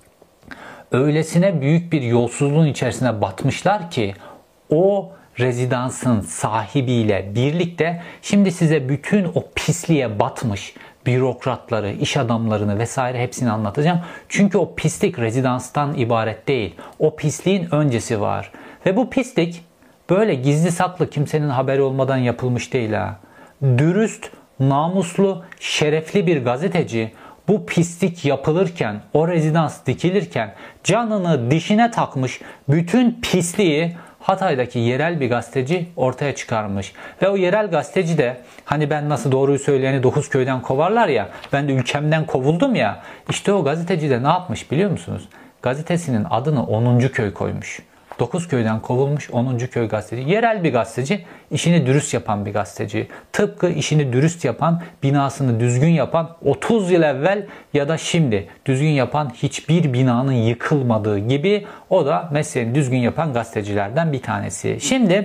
öylesine büyük bir yolsuzluğun içerisine batmışlar ki o rezidansın sahibiyle birlikte şimdi size bütün o pisliğe batmış bürokratları, iş adamlarını vesaire hepsini anlatacağım. Çünkü o pislik rezidanstan ibaret değil. O pisliğin öncesi var. Ve bu pislik böyle gizli saklı kimsenin haberi olmadan yapılmış değil ha. Dürüst, namuslu, şerefli bir gazeteci bu pislik yapılırken, o rezidans dikilirken canını dişine takmış bütün pisliği Hatay'daki yerel bir gazeteci ortaya çıkarmış. Ve o yerel gazeteci de hani ben nasıl doğruyu söyleyeni 9 köyden kovarlar ya, ben de ülkemden kovuldum ya, işte o gazeteci de ne yapmış biliyor musunuz? Gazetesinin adını 10. köy koymuş. 9 köyden kovulmuş 10. köy gazeteci. Yerel bir gazeteci, işini dürüst yapan bir gazeteci. Tıpkı işini dürüst yapan, binasını düzgün yapan 30 yıl evvel ya da şimdi düzgün yapan hiçbir binanın yıkılmadığı gibi o da mesleğini düzgün yapan gazetecilerden bir tanesi. Şimdi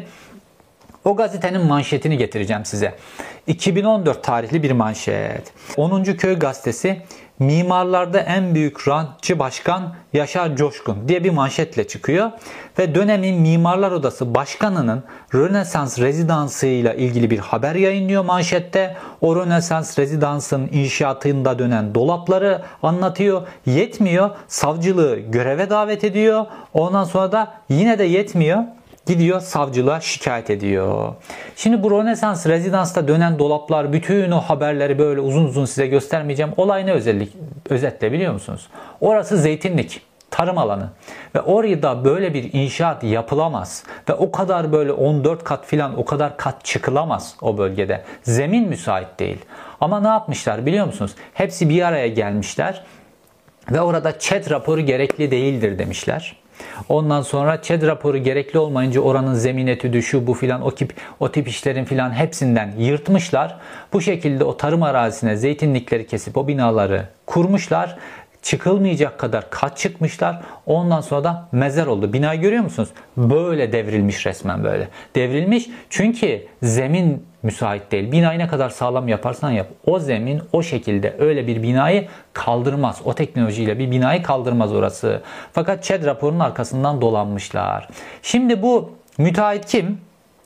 o gazetenin manşetini getireceğim size. 2014 tarihli bir manşet. 10. Köy gazetesi mimarlarda en büyük rantçı başkan Yaşar Coşkun diye bir manşetle çıkıyor. Ve dönemin Mimarlar Odası Başkanı'nın Rönesans Rezidansı'yla ilgili bir haber yayınlıyor manşette. O Rönesans Rezidansı'nın inşaatında dönen dolapları anlatıyor. Yetmiyor, savcılığı göreve davet ediyor. Ondan sonra da yine de yetmiyor, gidiyor savcılığa şikayet ediyor. Şimdi bu Rönesans Rezidans'ta dönen dolaplar, bütün o haberleri böyle uzun uzun size göstermeyeceğim. Olay ne özetle biliyor musunuz? Orası zeytinlik, tarım alanı. Ve orada böyle bir inşaat yapılamaz. Ve o kadar böyle 14 kat filan o kadar kat çıkılamaz o bölgede. Zemin müsait değil. Ama ne yapmışlar biliyor musunuz? Hepsi bir araya gelmişler. Ve orada ÇED raporu gerekli değildir demişler. Ondan sonra ÇED raporu gerekli olmayınca oranın zemin etüdü şu bu filan o tip işlerin filan hepsinden yırtmışlar. Bu şekilde o tarım arazisine zeytinlikleri kesip o binaları kurmuşlar. Çıkılmayacak kadar kat çıkmışlar. Ondan sonra da mezar oldu. Binayı görüyor musunuz? Böyle devrilmiş, resmen böyle. Devrilmiş çünkü zemin müsait değil. Binayı ne kadar sağlam yaparsan yap, o zemin o şekilde öyle bir binayı kaldırmaz. O teknolojiyle bir binayı kaldırmaz orası. Fakat ÇED raporunun arkasından dolanmışlar. Şimdi bu müteahhit kim?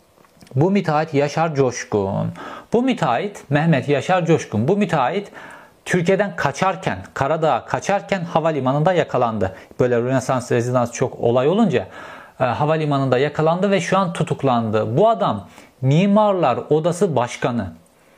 Bu müteahhit Yaşar Coşkun. Bu müteahhit Mehmet Yaşar Coşkun. Bu müteahhit Türkiye'den kaçarken, Karadağ'a kaçarken havalimanında yakalandı. Böyle Rönesans Rezidans çok olay olunca havalimanında yakalandı ve şu an tutuklandı. Bu adam Mimarlar Odası Başkanı.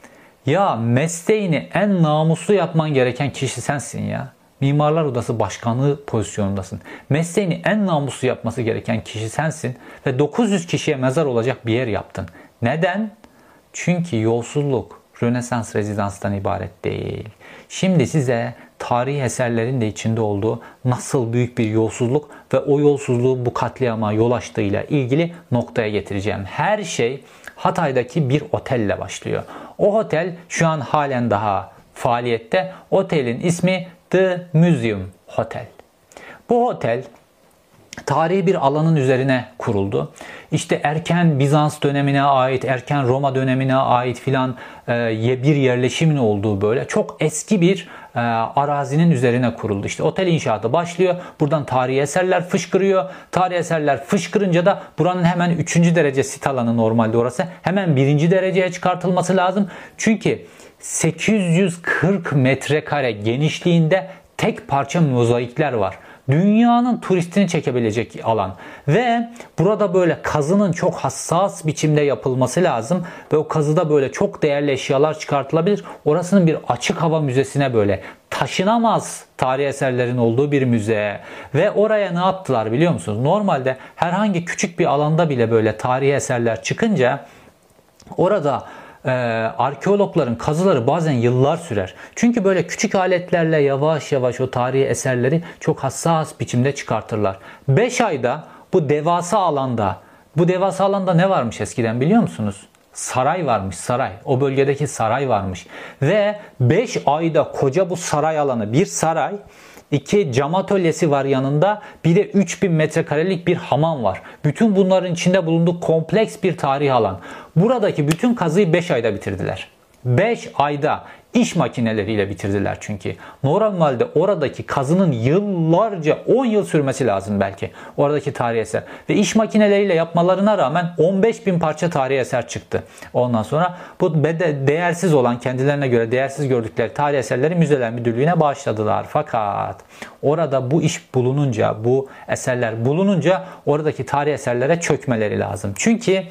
Ya mesleğini en namuslu yapman gereken kişi sensin ya. Mimarlar Odası Başkanı pozisyonundasın. Mesleğini en namuslu yapması gereken kişi sensin ve 900 kişiye mezar olacak bir yer yaptın. Neden? Çünkü yolsuzluk Rönesans Rezidans'tan ibaret değil. Şimdi size tarihi eserlerin de içinde olduğu nasıl büyük bir yolsuzluk ve o yolsuzluğun bu katliama yol açtığıyla ilgili noktaya getireceğim. Her şey Hatay'daki bir otelle başlıyor. O otel şu an halen daha faaliyette. Otelin ismi The Museum Hotel. Bu otel tarihi bir alanın üzerine kuruldu. İşte erken Bizans dönemine ait, erken Roma dönemine ait filan bir yerleşimin olduğu böyle çok eski bir arazinin üzerine kuruldu. İşte otel inşaatı başlıyor. Buradan tarihi eserler fışkırıyor. Tarihi eserler fışkırınca da buranın hemen 3. derece sit alanı, normalde orası, hemen 1. dereceye çıkartılması lazım. Çünkü 840 metrekare genişliğinde tek parça mozaikler var. Dünyanın turistini çekebilecek alan ve burada böyle kazının çok hassas biçimde yapılması lazım ve o kazıda böyle çok değerli eşyalar çıkartılabilir. Orasının bir açık hava müzesine, böyle taşınamaz tarihi eserlerin olduğu bir müze. Ve oraya ne yaptılar biliyor musunuz? Normalde herhangi küçük bir alanda bile böyle tarihi eserler çıkınca orada arkeologların kazıları bazen yıllar sürer. Çünkü böyle küçük aletlerle yavaş yavaş o tarihi eserleri çok hassas biçimde çıkartırlar. 5 ayda bu devasa alanda ne varmış eskiden biliyor musunuz? Saray varmış, saray. O bölgedeki saray varmış. Ve 5 ayda koca bu saray alanı, bir saray, 2 cam atölyesi var yanında, bir de 3000 metrekarelik bir hamam var. Bütün bunların içinde bulunduğu kompleks bir tarihi alan. Buradaki bütün kazıyı 5 ayda bitirdiler. 5 ayda iş makineleriyle bitirdiler çünkü. Normalde oradaki kazının yıllarca 10 yıl sürmesi lazım belki. Oradaki tarihi eser. Ve iş makineleriyle yapmalarına rağmen 15.000 parça tarihi eser çıktı. Ondan sonra bu değersiz olan, kendilerine göre değersiz gördükleri tarihi eserleri Müzeler Müdürlüğü'ne bağışladılar. Fakat orada bu iş bulununca, bu eserler bulununca oradaki tarihi eserlere çökmeleri lazım. Çünkü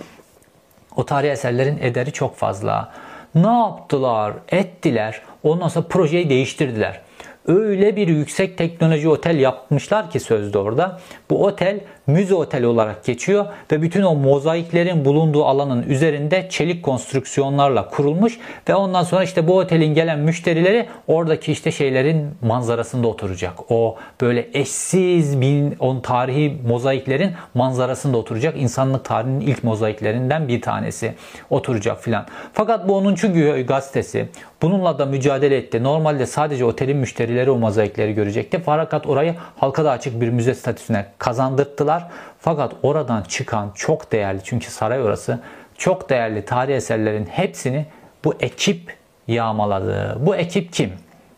o tarihi eserlerin ederi çok fazla. Ne yaptılar? Ettiler. Ondan sonra projeyi değiştirdiler. Öyle bir yüksek teknoloji otel yapmışlar ki sözde orada. Bu otel müze oteli olarak geçiyor ve bütün o mozaiklerin bulunduğu alanın üzerinde çelik konstrüksiyonlarla kurulmuş ve ondan sonra işte bu otelin gelen müşterileri oradaki işte şeylerin manzarasında oturacak. O böyle eşsiz on tarihi mozaiklerin manzarasında oturacak. İnsanlık tarihinin ilk mozaiklerinden bir tanesi oturacak filan. Fakat bu 10. gazetesi bununla da mücadele etti. Normalde sadece otelin müşterileri o mozaikleri görecekti. Fakat orayı halka da açık bir müze statüsüne kazandırttılar. Fakat oradan çıkan çok değerli, çünkü saray orası, çok değerli tarihi eserlerin hepsini bu ekip yağmaladı. Bu ekip kim?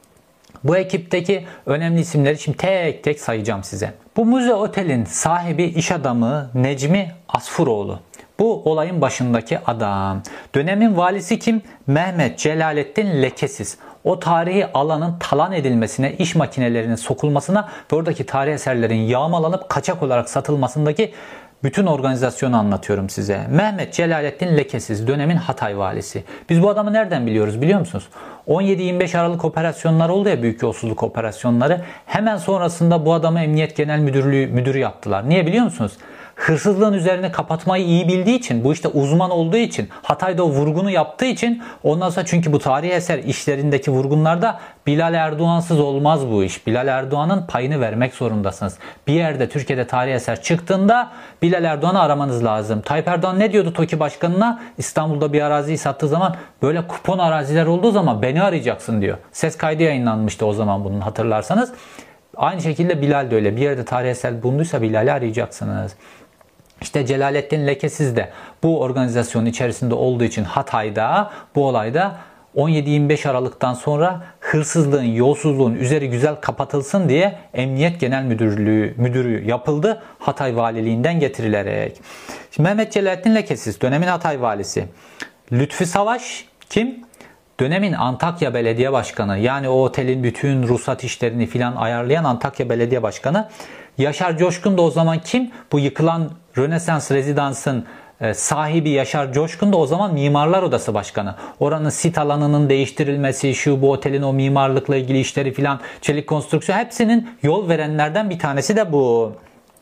Bu ekipteki önemli isimleri şimdi tek tek sayacağım size. Bu müze otelin sahibi iş adamı Necmi Asfuroğlu. Bu olayın başındaki adam. Dönemin valisi kim? Mehmet Celalettin Lekesiz. O tarihi alanın talan edilmesine, iş makinelerinin sokulmasına ve oradaki tarihi eserlerin yağmalanıp kaçak olarak satılmasındaki bütün organizasyonu anlatıyorum size. Mehmet Celalettin Lekesiz, dönemin Hatay valisi. Biz bu adamı nereden biliyoruz biliyor musunuz? 17-25 Aralık operasyonları oldu ya, büyük yolsuzluk operasyonları. Hemen sonrasında bu adamı Emniyet Genel Müdürü yaptılar. Niye biliyor musunuz? Hırsızlığın üzerine kapatmayı iyi bildiği için, bu işte uzman olduğu için, Hatay'da o vurgunu yaptığı için, ondan sonra çünkü bu tarihi eser işlerindeki vurgunlarda Bilal Erdoğan'sız olmaz bu iş. Bilal Erdoğan'ın payını vermek zorundasınız. Bir yerde Türkiye'de tarihi eser çıktığında Bilal Erdoğan'ı aramanız lazım. Tayyip Erdoğan ne diyordu TOKİ Başkanı'na? İstanbul'da bir araziyi sattığı zaman, böyle kupon araziler olduğu zaman beni arayacaksın diyor. Ses kaydı yayınlanmıştı o zaman, bunun hatırlarsanız. Aynı şekilde Bilal de öyle. Bir yerde tarihi eser bulunduysa Bilal'i arayacaksınız. İşte Celalettin Lekesiz de bu organizasyonun içerisinde olduğu için Hatay'da bu olayda 17-25 Aralık'tan sonra hırsızlığın, yolsuzluğun üzeri güzel kapatılsın diye Emniyet Genel Müdürü yapıldı Hatay Valiliğinden getirilerek. Şimdi Mehmet Celalettin Lekesiz, dönemin Hatay valisi. Lütfü Savaş kim? Dönemin Antakya Belediye Başkanı, yani o otelin bütün ruhsat işlerini filan ayarlayan Antakya Belediye Başkanı. Yaşar Coşkun da o zaman kim? Bu yıkılan Rönesans Rezidans'ın sahibi Yaşar Coşkun da o zaman Mimarlar Odası Başkanı. Oranın sit alanının değiştirilmesi, bu otelin o mimarlıkla ilgili işleri filan, çelik konstrüksiyon, hepsinin yol verenlerden bir tanesi de bu.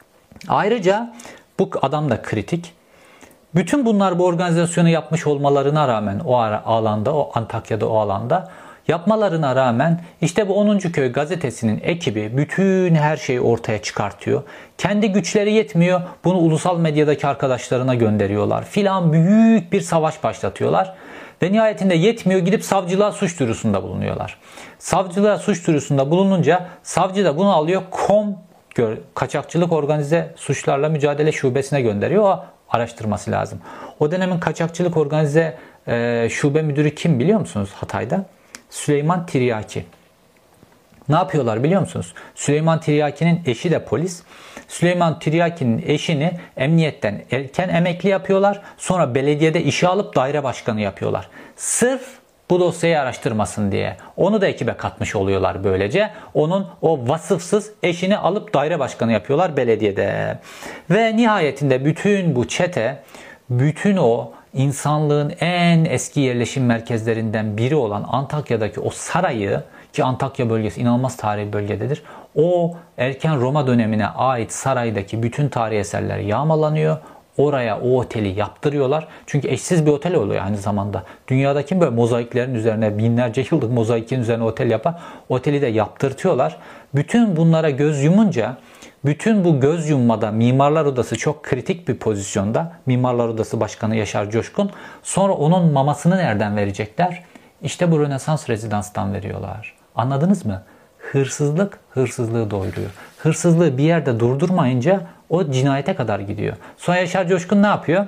Ayrıca bu adam da kritik. Bütün bunlar bu organizasyonu yapmış olmalarına rağmen o alanda, o Antakya'da o alanda yapmalarına rağmen işte bu 10. Köy gazetesinin ekibi bütün her şeyi ortaya çıkartıyor. Kendi güçleri yetmiyor. Bunu ulusal medyadaki arkadaşlarına gönderiyorlar. Filan büyük bir savaş başlatıyorlar. Ve nihayetinde yetmiyor, gidip savcılığa suç duyurusunda bulunuyorlar. Savcılığa suç duyurusunda bulununca savcı da bunu alıyor, Kaçakçılık Organize Suçlarla Mücadele Şubesi'ne gönderiyor. O araştırması lazım. O dönemin Kaçakçılık Organize Şube Müdürü kim biliyor musunuz Hatay'da? Süleyman Tiryaki. Ne yapıyorlar biliyor musunuz? Süleyman Tiryaki'nin eşi de polis. Süleyman Tiryaki'nin eşini emniyetten erken emekli yapıyorlar. Sonra belediyede işe alıp daire başkanı yapıyorlar. Sırf bu dosyayı araştırmasın diye. Onu da ekibe katmış oluyorlar böylece. Onun o vasıfsız eşini alıp daire başkanı yapıyorlar belediyede. Ve nihayetinde bütün bu çete, bütün o insanlığın en eski yerleşim merkezlerinden biri olan Antakya'daki o sarayı, ki Antakya bölgesi inanılmaz tarihi bir bölgededir. O erken Roma dönemine ait saraydaki bütün tarihi eserler yağmalanıyor. oraya o oteli yaptırıyorlar. Çünkü eşsiz bir otel oluyor aynı zamanda. Dünyada kim böyle mozaiklerin üzerine, binlerce yıllık mozaikin üzerine otel yapar? Oteli de yaptırtıyorlar. Bütün bunlara göz yumunca, bütün bu göz yummada Mimarlar Odası çok kritik bir pozisyonda. Mimarlar Odası Başkanı Yaşar Coşkun. Sonra onun mamasını nereden verecekler? İşte bu Rönesans Rezidans'tan veriyorlar. Anladınız mı? Hırsızlık hırsızlığı doyuruyor. Hırsızlığı bir yerde durdurmayınca o cinayete kadar gidiyor. Sonra Yaşar Coşkun ne yapıyor?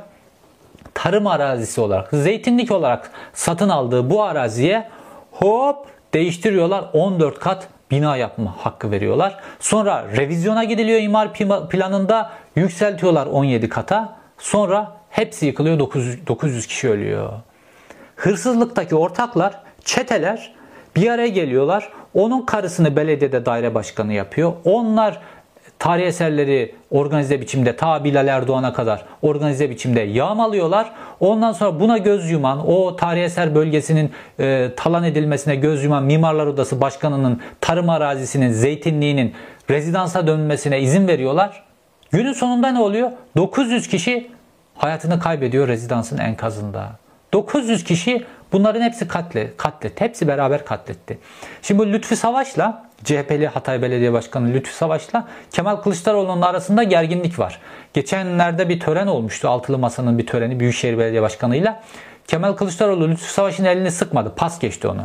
Tarım arazisi olarak, zeytinlik olarak satın aldığı bu araziye hop değiştiriyorlar. 14 kat bina yapma hakkı veriyorlar. Sonra revizyona gidiliyor, imar planında yükseltiyorlar 17 kata. Sonra hepsi yıkılıyor, 900 kişi ölüyor. Hırsızlıktaki ortaklar, çeteler bir araya geliyorlar. Onun karısını belediyede daire başkanı yapıyor. Onlar tarihi eserleri organize biçimde, ta Bilal Erdoğan'a kadar organize biçimde yağmalıyorlar. Ondan sonra buna göz yuman, o tarihi eser bölgesinin talan edilmesine göz yuman Mimarlar Odası Başkanı'nın tarım arazisinin, zeytinliğinin rezidansa dönmesine izin veriyorlar. Günün sonunda ne oluyor? 900 kişi hayatını kaybediyor rezidansın enkazında. 900 kişi, bunların hepsi katletti. Hepsi beraber katletti. Şimdi bu Lütfü Savaş'la, CHP'li Hatay Belediye Başkanı Lütfü Savaş'la Kemal Kılıçdaroğlu'nun arasında gerginlik var. Geçenlerde bir tören olmuştu. Altılı Masa'nın bir töreni Büyükşehir Belediye Başkanı'yla. Kemal Kılıçdaroğlu Lütfü Savaş'ın elini sıkmadı. Pas geçti onu.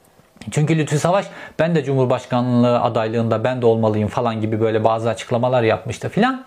Çünkü Lütfü Savaş ben de Cumhurbaşkanlığı adaylığında ben de olmalıyım falan gibi böyle bazı açıklamalar yapmıştı filan.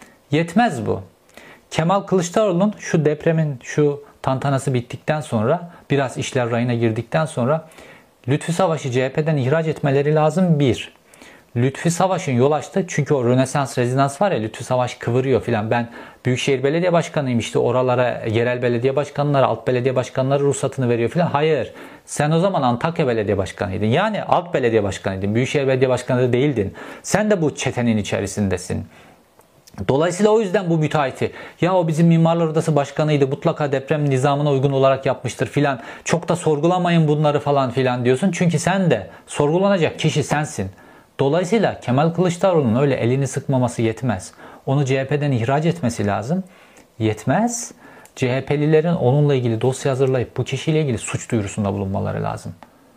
Yetmez bu. Kemal Kılıçdaroğlu'nun şu depremin şu tantanası bittikten sonra, biraz işler rayına girdikten sonra Lütfü Savaş'ı CHP'den ihraç etmeleri lazım. Bir, Lütfü Savaş'ın yol açtı. Çünkü o Rönesans Rezidans var ya, Lütfü Savaş kıvırıyor filan. Ben Büyükşehir Belediye Başkanıyım, işte oralara yerel belediye başkanları, alt belediye başkanları ruhsatını veriyor filan. Hayır. Sen o zaman Antakya Belediye Başkanıydın. Yani alt belediye başkanıydın. Büyükşehir Belediye Başkanı da değildin. Sen de bu çetenin içerisindesin. Dolayısıyla o yüzden bu müteahhiti, ya o bizim Mimarlar Odası Başkanıydı, mutlaka deprem nizamına uygun olarak yapmıştır filan, çok da sorgulamayın bunları falan filan diyorsun. Çünkü sen de sorgulanacak kişi sensin. Dolayısıyla Kemal Kılıçdaroğlu'nun öyle elini sıkmaması yetmez. Onu CHP'den ihraç etmesi lazım. Yetmez. CHP'lilerin onunla ilgili dosya hazırlayıp bu kişiyle ilgili suç duyurusunda bulunmaları lazım.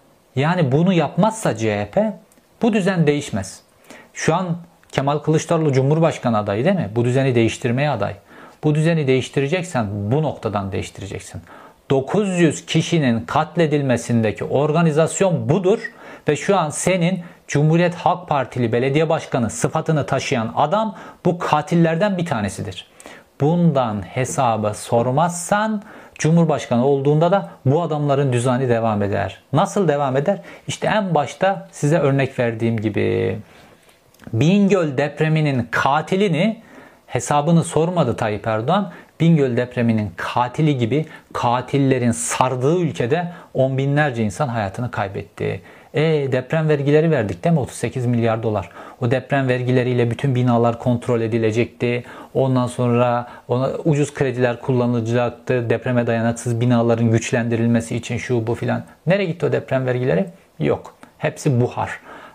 Yani bunu yapmazsa CHP, bu düzen değişmez. Şu an Kemal Kılıçdaroğlu Cumhurbaşkanı adayı değil mi? Bu düzeni değiştirmeye aday. Bu düzeni değiştireceksen bu noktadan değiştireceksin. 900 kişinin katledilmesindeki organizasyon budur ve şu an senin Cumhuriyet Halk Partili belediye başkanı sıfatını taşıyan adam bu katillerden bir tanesidir. Bundan hesabı sormazsan Cumhurbaşkanı olduğunda da bu adamların düzeni devam eder. Nasıl devam eder? İşte en başta size örnek verdiğim gibi. Bingöl depreminin katilini, hesabını sormadı Tayyip Erdoğan. Bingöl depreminin katili gibi katillerin sardığı ülkede on binlerce insan hayatını kaybetti. Deprem vergileri verdik değil mi? 38 milyar dolar. O deprem vergileriyle bütün binalar kontrol edilecekti. Ondan sonra ona ucuz krediler kullanılacaktı. Depreme dayanıksız binaların güçlendirilmesi için şu bu filan. Nereye gitti o deprem vergileri? Yok. Hepsi buhar.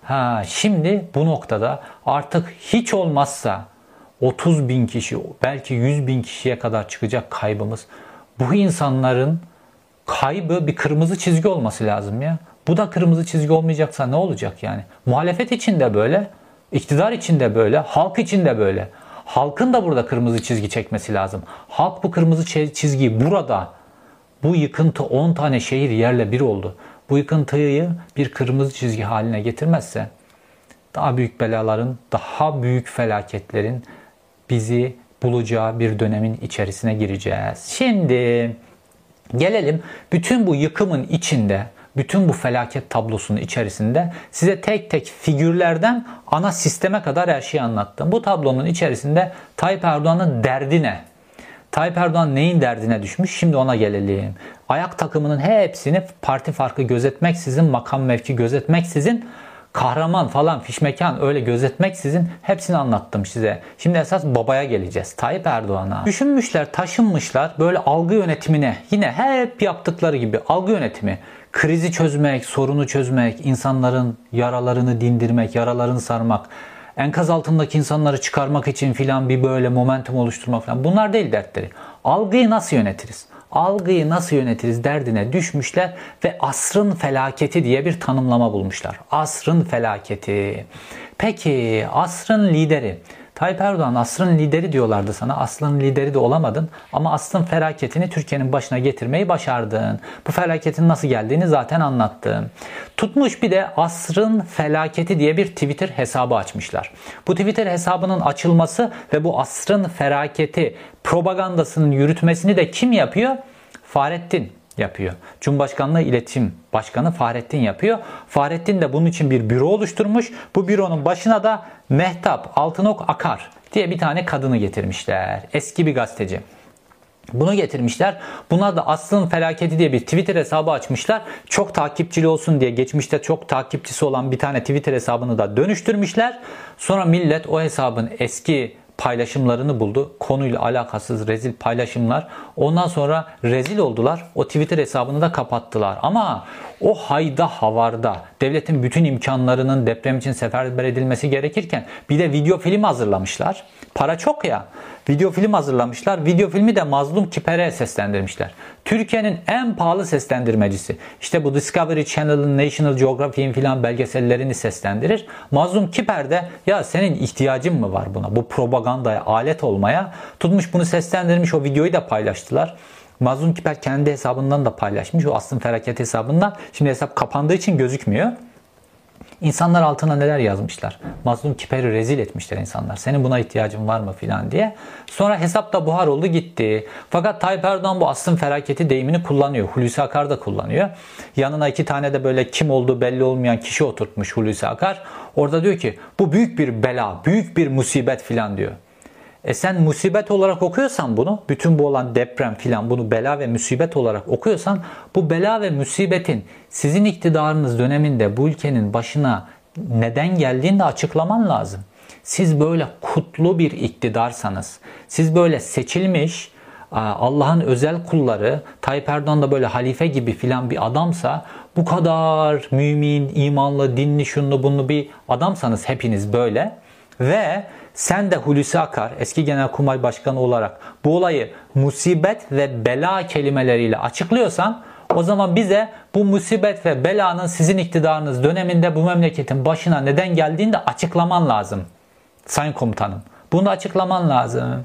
Şimdi bu noktada artık hiç olmazsa 30 bin kişi, belki 100 bin kişiye kadar çıkacak kaybımız. Bu insanların kaybı bir kırmızı çizgi olması lazım ya. Bu da kırmızı çizgi olmayacaksa ne olacak yani? Muhalefet için de böyle, iktidar için de böyle, halk için de böyle. Halkın da burada kırmızı çizgi çekmesi lazım. Halk bu kırmızı çizgiyi burada, bu yıkıntı 10 tane şehir yerle bir oldu. Bu yıkıntıyı bir kırmızı çizgi haline getirmezse daha büyük belaların, daha büyük felaketlerin bizi bulacağı bir dönemin içerisine gireceğiz. Şimdi gelelim bütün bu yıkımın içinde, bütün bu felaket tablosunun içerisinde size tek tek figürlerden ana sisteme kadar her şeyi anlattım. Bu tablonun içerisinde Tayyip Erdoğan'ın derdi ne? Tayyip Erdoğan neyin derdine düşmüş? Şimdi ona gelelim. Ayak takımının hepsini parti farkı gözetmeksizin, makam mevki gözetmeksizin, kahraman falan fişmekan öyle gözetmeksizin hepsini anlattım size. Şimdi esas babaya geleceğiz. Tayyip Erdoğan'a. Düşünmüşler, taşınmışlar böyle algı yönetimine. Yine hep yaptıkları gibi algı yönetimi. Krizi çözmek, sorunu çözmek, insanların yaralarını dindirmek, yaralarını sarmak. enkaz altındaki insanları çıkarmak için filan bir böyle momentum oluşturmak falan. Bunlar değil dertleri. Algıyı nasıl yönetiriz? Algıyı nasıl yönetiriz derdine düşmüşler ve asrın felaketi diye bir tanımlama bulmuşlar. Asrın felaketi. Peki asrın lideri. Tayyip Erdoğan asrın lideri diyorlardı sana. Asrın lideri de olamadın ama asrın felaketini Türkiye'nin başına getirmeyi başardın. Bu felaketin nasıl geldiğini zaten anlattım. Tutmuş bir de asrın felaketi diye bir Twitter hesabı açmışlar. Bu Twitter hesabının açılması ve bu asrın felaketi propagandasının yürütmesini de kim yapıyor? Fahrettin yapıyor. Cumhurbaşkanlığı İletişim Başkanı Fahrettin yapıyor. Fahrettin de bunun için bir büro oluşturmuş. Bu büronun başına da Mehtap Altınok Akar diye bir tane kadını getirmişler. Eski bir gazeteci. Bunu getirmişler. Bunlar da Asrın Felaketi diye bir Twitter hesabı açmışlar. Çok takipçili olsun diye geçmişte çok takipçisi olan bir tane Twitter hesabını da dönüştürmüşler. Sonra millet o hesabın eski paylaşımlarını buldu. Konuyla alakasız rezil paylaşımlar. Ondan sonra rezil oldular. O Twitter hesabını da kapattılar. Ama o hayda havarda devletin bütün imkanlarının deprem için seferber edilmesi gerekirken bir de video film hazırlamışlar. Para çok ya. Video film hazırlamışlar. Video filmi de Mazlum Kiper'e seslendirmişler. Türkiye'nin en pahalı seslendirmecisi. İşte bu Discovery Channel'ın National Geographic'in filan belgesellerini seslendirir. Mazlum Kiper de ya senin ihtiyacın mı var buna? Bu propagandaya alet olmaya. Tutmuş bunu seslendirmiş, o videoyu da paylaştılar. Mazlum Kiper kendi hesabından da paylaşmış. O Asrın Felaketi hesabından. Şimdi hesap kapandığı için gözükmüyor. İnsanlar altına neler yazmışlar. Mazlum Kiper'i rezil etmişler insanlar. Senin buna ihtiyacın var mı filan diye. Sonra hesap da buhar oldu gitti. Fakat Tayyip Erdoğan bu asrın felaketi deyimini kullanıyor. Hulusi Akar da kullanıyor. Yanına 2 tane de böyle kim olduğu belli olmayan kişi oturtmuş Hulusi Akar. Orada diyor ki bu büyük bir bela, büyük bir musibet filan diyor. Sen musibet olarak okuyorsan bunu, bütün bu olan deprem filan bunu bela ve musibet olarak okuyorsan bu bela ve musibetin sizin iktidarınız döneminde bu ülkenin başına neden geldiğini de açıklaman lazım. Siz böyle kutlu bir iktidarsanız, siz böyle seçilmiş Allah'ın özel kulları, Tayyip Erdoğan da böyle halife gibi filan bir adamsa, bu kadar mümin, imanlı, dinli, şunlu bunlu bir adamsanız hepiniz böyle ve sen de Hulusi Akar eski Genelkurmay Başkanı olarak bu olayı musibet ve bela kelimeleriyle açıklıyorsan o zaman bize bu musibet ve belanın sizin iktidarınız döneminde bu memleketin başına neden geldiğini de açıklaman lazım. Sayın Komutanım. Bunu açıklaman lazım.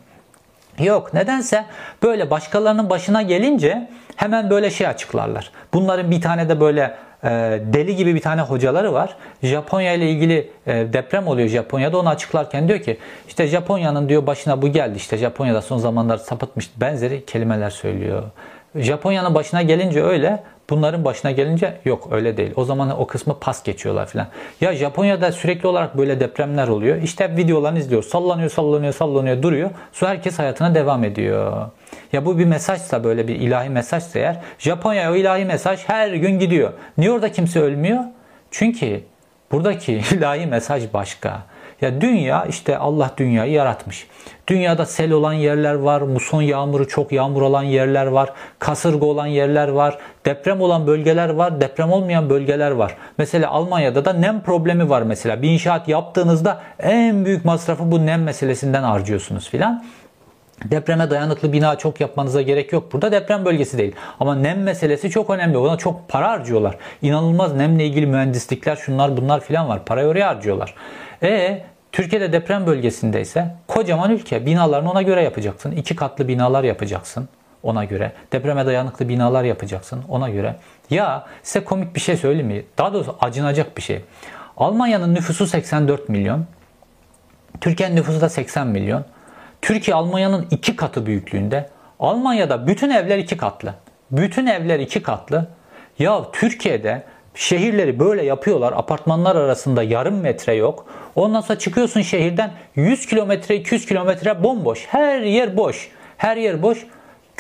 Yok, nedense böyle başkalarının başına gelince hemen böyle şey açıklarlar. Bunların bir tane de böyle deli gibi bir tane hocaları var. Japonya ile ilgili deprem oluyor Japonya'da. Onu açıklarken diyor ki işte Japonya'nın diyor başına bu geldi. İşte Japonya'da son zamanlar sapıtmış benzeri kelimeler söylüyor. Japonya'nın başına gelince öyle, bunların başına gelince yok öyle değil. O zaman o kısmı pas geçiyorlar filan. Ya Japonya'da sürekli olarak böyle depremler oluyor. İşte videolarını izliyor. Sallanıyor duruyor. Sonra herkes hayatına devam ediyor. Ya bu bir mesajsa, böyle bir ilahi mesajsa eğer, Japonya'ya o ilahi mesaj her gün gidiyor. Niye orada kimse ölmüyor? Çünkü buradaki ilahi mesaj başka. Ya dünya, işte Allah dünyayı yaratmış. Dünyada sel olan yerler var, muson yağmuru çok yağmur olan yerler var, kasırga olan yerler var, deprem olan bölgeler var, deprem olmayan bölgeler var. Mesela Almanya'da da nem problemi var mesela. Bir inşaat yaptığınızda en büyük masrafı bu nem meselesinden harcıyorsunuz filan. Depreme dayanıklı bina çok yapmanıza gerek yok. Burada deprem bölgesi değil. Ama nem meselesi çok önemli. Ona çok para harcıyorlar. İnanılmaz nemle ilgili mühendislikler, şunlar bunlar filan var. Parayı oraya harcıyorlar. Türkiye'de deprem bölgesindeyse kocaman ülke. Binalarını ona göre yapacaksın. 2 katlı binalar yapacaksın ona göre. Depreme dayanıklı binalar yapacaksın ona göre. Ya size komik bir şey söyleyeyim mi? Daha doğrusu acınacak bir şey. Almanya'nın nüfusu 84 milyon. Türkiye'nin nüfusu da 80 milyon. Türkiye Almanya'nın 2 katı büyüklüğünde. Almanya'da bütün evler 2 katlı. Bütün evler 2 katlı. Ya Türkiye'de şehirleri böyle yapıyorlar. Apartmanlar arasında yarım metre yok. Ondan sonra çıkıyorsun şehirden 100 kilometre 200 kilometre bomboş. Her yer boş. Her yer boş.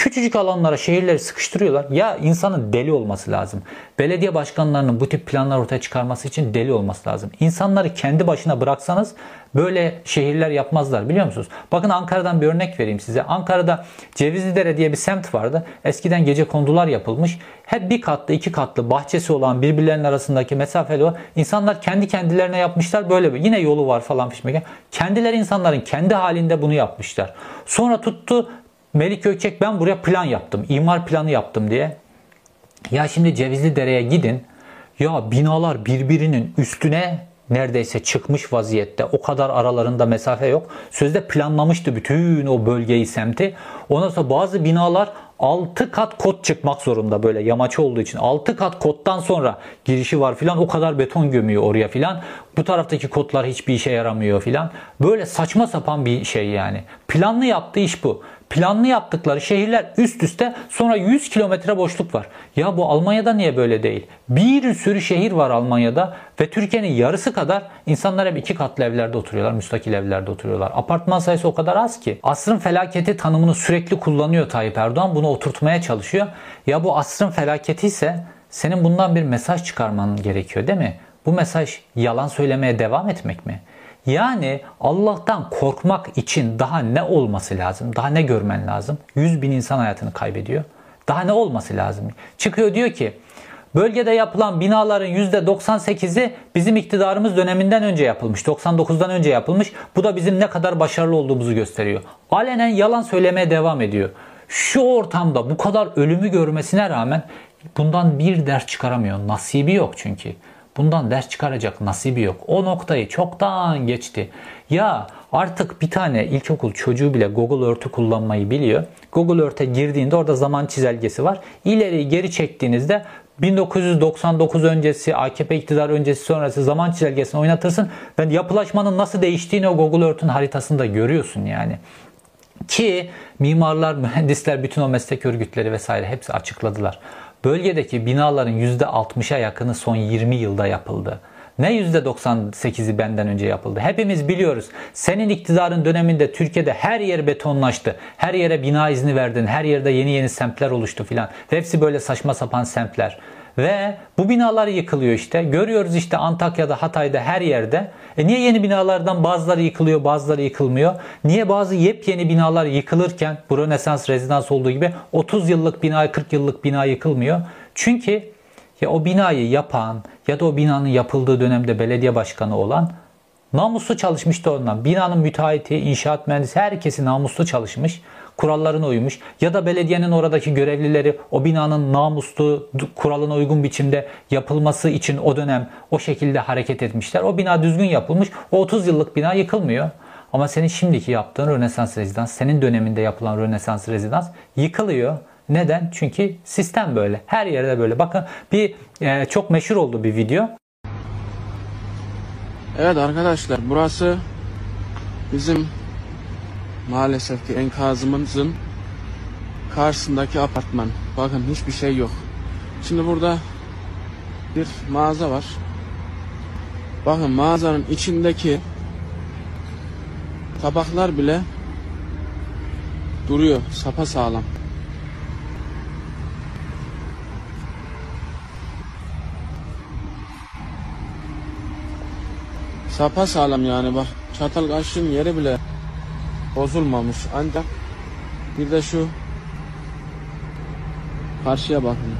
Küçücük alanlara şehirleri sıkıştırıyorlar. Ya insanın deli olması lazım. Belediye başkanlarının bu tip planlar ortaya çıkarması için deli olması lazım. İnsanları kendi başına bıraksanız böyle şehirler yapmazlar, biliyor musunuz? Bakın Ankara'dan bir örnek vereyim size. Ankara'da Cevizlidere diye bir semt vardı. Eskiden gecekondular yapılmış. Hep bir katlı, iki katlı bahçesi olan, birbirlerinin arasındaki mesafeli olan insanlar kendi kendilerine yapmışlar böyle bir. Yine yolu var falan fişmeken. Kendileri insanların kendi halinde bunu yapmışlar. Sonra tuttu Melik Gökçek, ben buraya plan yaptım, imar planı yaptım diye. Ya şimdi Cevizlidere'ye gidin. Ya binalar birbirinin üstüne neredeyse çıkmış vaziyette. O kadar aralarında mesafe yok. Sözde planlamıştı bütün o bölgeyi, semti. Ondan sonra bazı binalar 6 kat kod çıkmak zorunda, böyle yamaçı olduğu için. 6 kat koddan sonra girişi var filan. O kadar beton gömüyor oraya filan. Bu taraftaki kodlar hiçbir işe yaramıyor filan. Böyle saçma sapan bir şey yani. Planlı yaptığı iş bu. Planlı yaptıkları şehirler üst üste, sonra 100 kilometre boşluk var. Ya bu Almanya'da niye böyle değil? Bir sürü şehir var Almanya'da ve Türkiye'nin yarısı kadar insanlar hep 2 katlı evlerde oturuyorlar, müstakil evlerde oturuyorlar. Apartman sayısı o kadar az ki. Asrın felaketi tanımını sürekli kullanıyor Tayyip Erdoğan. Bunu oturtmaya çalışıyor. Ya bu asrın felaketi ise senin bundan bir mesaj çıkarman gerekiyor, değil mi? Bu mesaj yalan söylemeye devam etmek mi? Yani Allah'tan korkmak için daha ne olması lazım? Daha ne görmen lazım? 100 bin insan hayatını kaybediyor. Daha ne olması lazım? Çıkıyor diyor ki bölgede yapılan binaların %98'i bizim iktidarımız döneminden önce yapılmış. 99'dan önce yapılmış. Bu da bizim ne kadar başarılı olduğumuzu gösteriyor. Alenen yalan söylemeye devam ediyor. Şu ortamda bu kadar ölümü görmesine rağmen bundan bir ders çıkaramıyor. Nasibi yok çünkü. Bundan ders çıkaracak nasibi yok. O noktayı çoktan geçti. Ya artık bir tane ilkokul çocuğu bile Google Earth'ü kullanmayı biliyor. Google Earth'e girdiğinde orada zaman çizelgesi var. İleri geri çektiğinizde 1999 öncesi, AKP iktidar öncesi, sonrası zaman çizelgesini oynatırsın. Ve yapılaşmanın nasıl değiştiğini o Google Earth'ün haritasında görüyorsun yani. Ki mimarlar, mühendisler, bütün o meslek örgütleri vesaire hepsi açıkladılar. Bölgedeki binaların %60'a yakını son 20 yılda yapıldı. Ne %98'i benden önce yapıldı. Hepimiz biliyoruz. Senin iktidarın döneminde Türkiye'de her yer betonlaştı. Her yere bina izni verdin. Her yerde yeni semtler oluştu filan. Hepsi böyle saçma sapan semtler. Ve bu binalar yıkılıyor işte. Görüyoruz işte Antakya'da, Hatay'da, her yerde. Niye yeni binalardan bazıları yıkılıyor, bazıları yıkılmıyor? Niye bazı yepyeni binalar yıkılırken, bu Rönesans rezidans olduğu gibi 30 yıllık bina, 40 yıllık bina yıkılmıyor? Çünkü ya o binayı yapan ya da o binanın yapıldığı dönemde belediye başkanı olan namuslu çalışmıştı ondan. Binanın müteahhiti, inşaat mühendisi, herkesi namuslu çalışmış, kurallarına uymuş. Ya da belediyenin oradaki görevlileri o binanın namuslu, kuralına uygun biçimde yapılması için o dönem o şekilde hareket etmişler. O bina düzgün yapılmış. O 30 yıllık bina yıkılmıyor. Ama senin şimdiki yaptığın Rönesans rezidans, senin döneminde yapılan Rönesans rezidans yıkılıyor. Neden? Çünkü sistem böyle. Her yerde böyle. Bakın bir çok meşhur oldu bir video.
Evet arkadaşlar, burası bizim maalesef ki enkazımızın karşısındaki apartman. Bakın hiçbir şey yok. Şimdi burada bir mağaza var. Bakın mağazanın içindeki tabaklar bile duruyor sapasağlam. Sapasağlam yani, bak çatal kaşığın yeri bile bozulmamış. Ancak bir de şu karşıya bakın.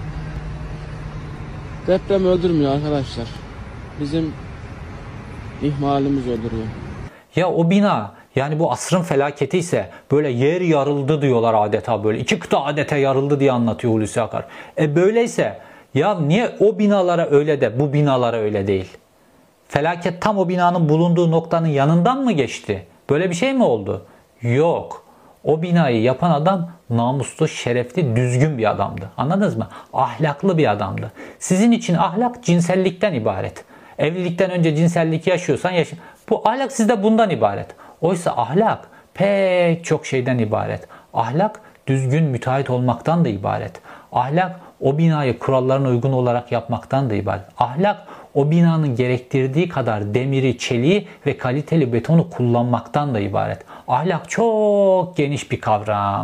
Deprem öldürmüyor arkadaşlar. Bizim ihmalimiz öldürüyor.
Ya o bina, yani bu asrın felaketi ise böyle yer yarıldı diyorlar adeta, böyle 2 kıta adeta yarıldı diye anlatıyor Hulusi Akar. Böyleyse ya niye o binalara öyle de bu binalara öyle değil? Felaket tam o binanın bulunduğu noktanın yanından mı geçti? Böyle bir şey mi oldu? Yok. O binayı yapan adam namuslu, şerefli, düzgün bir adamdı. Anladınız mı? Ahlaklı bir adamdı. Sizin için ahlak cinsellikten ibaret. Evlilikten önce cinsellik yaşıyorsan bu ahlak sizde bundan ibaret. Oysa ahlak pek çok şeyden ibaret. Ahlak düzgün müteahhit olmaktan da ibaret. Ahlak o binayı kurallarına uygun olarak yapmaktan da ibaret. Ahlak o binanın gerektirdiği kadar demiri, çeliği ve kaliteli betonu kullanmaktan da ibaret. Ahlak çok geniş bir kavram.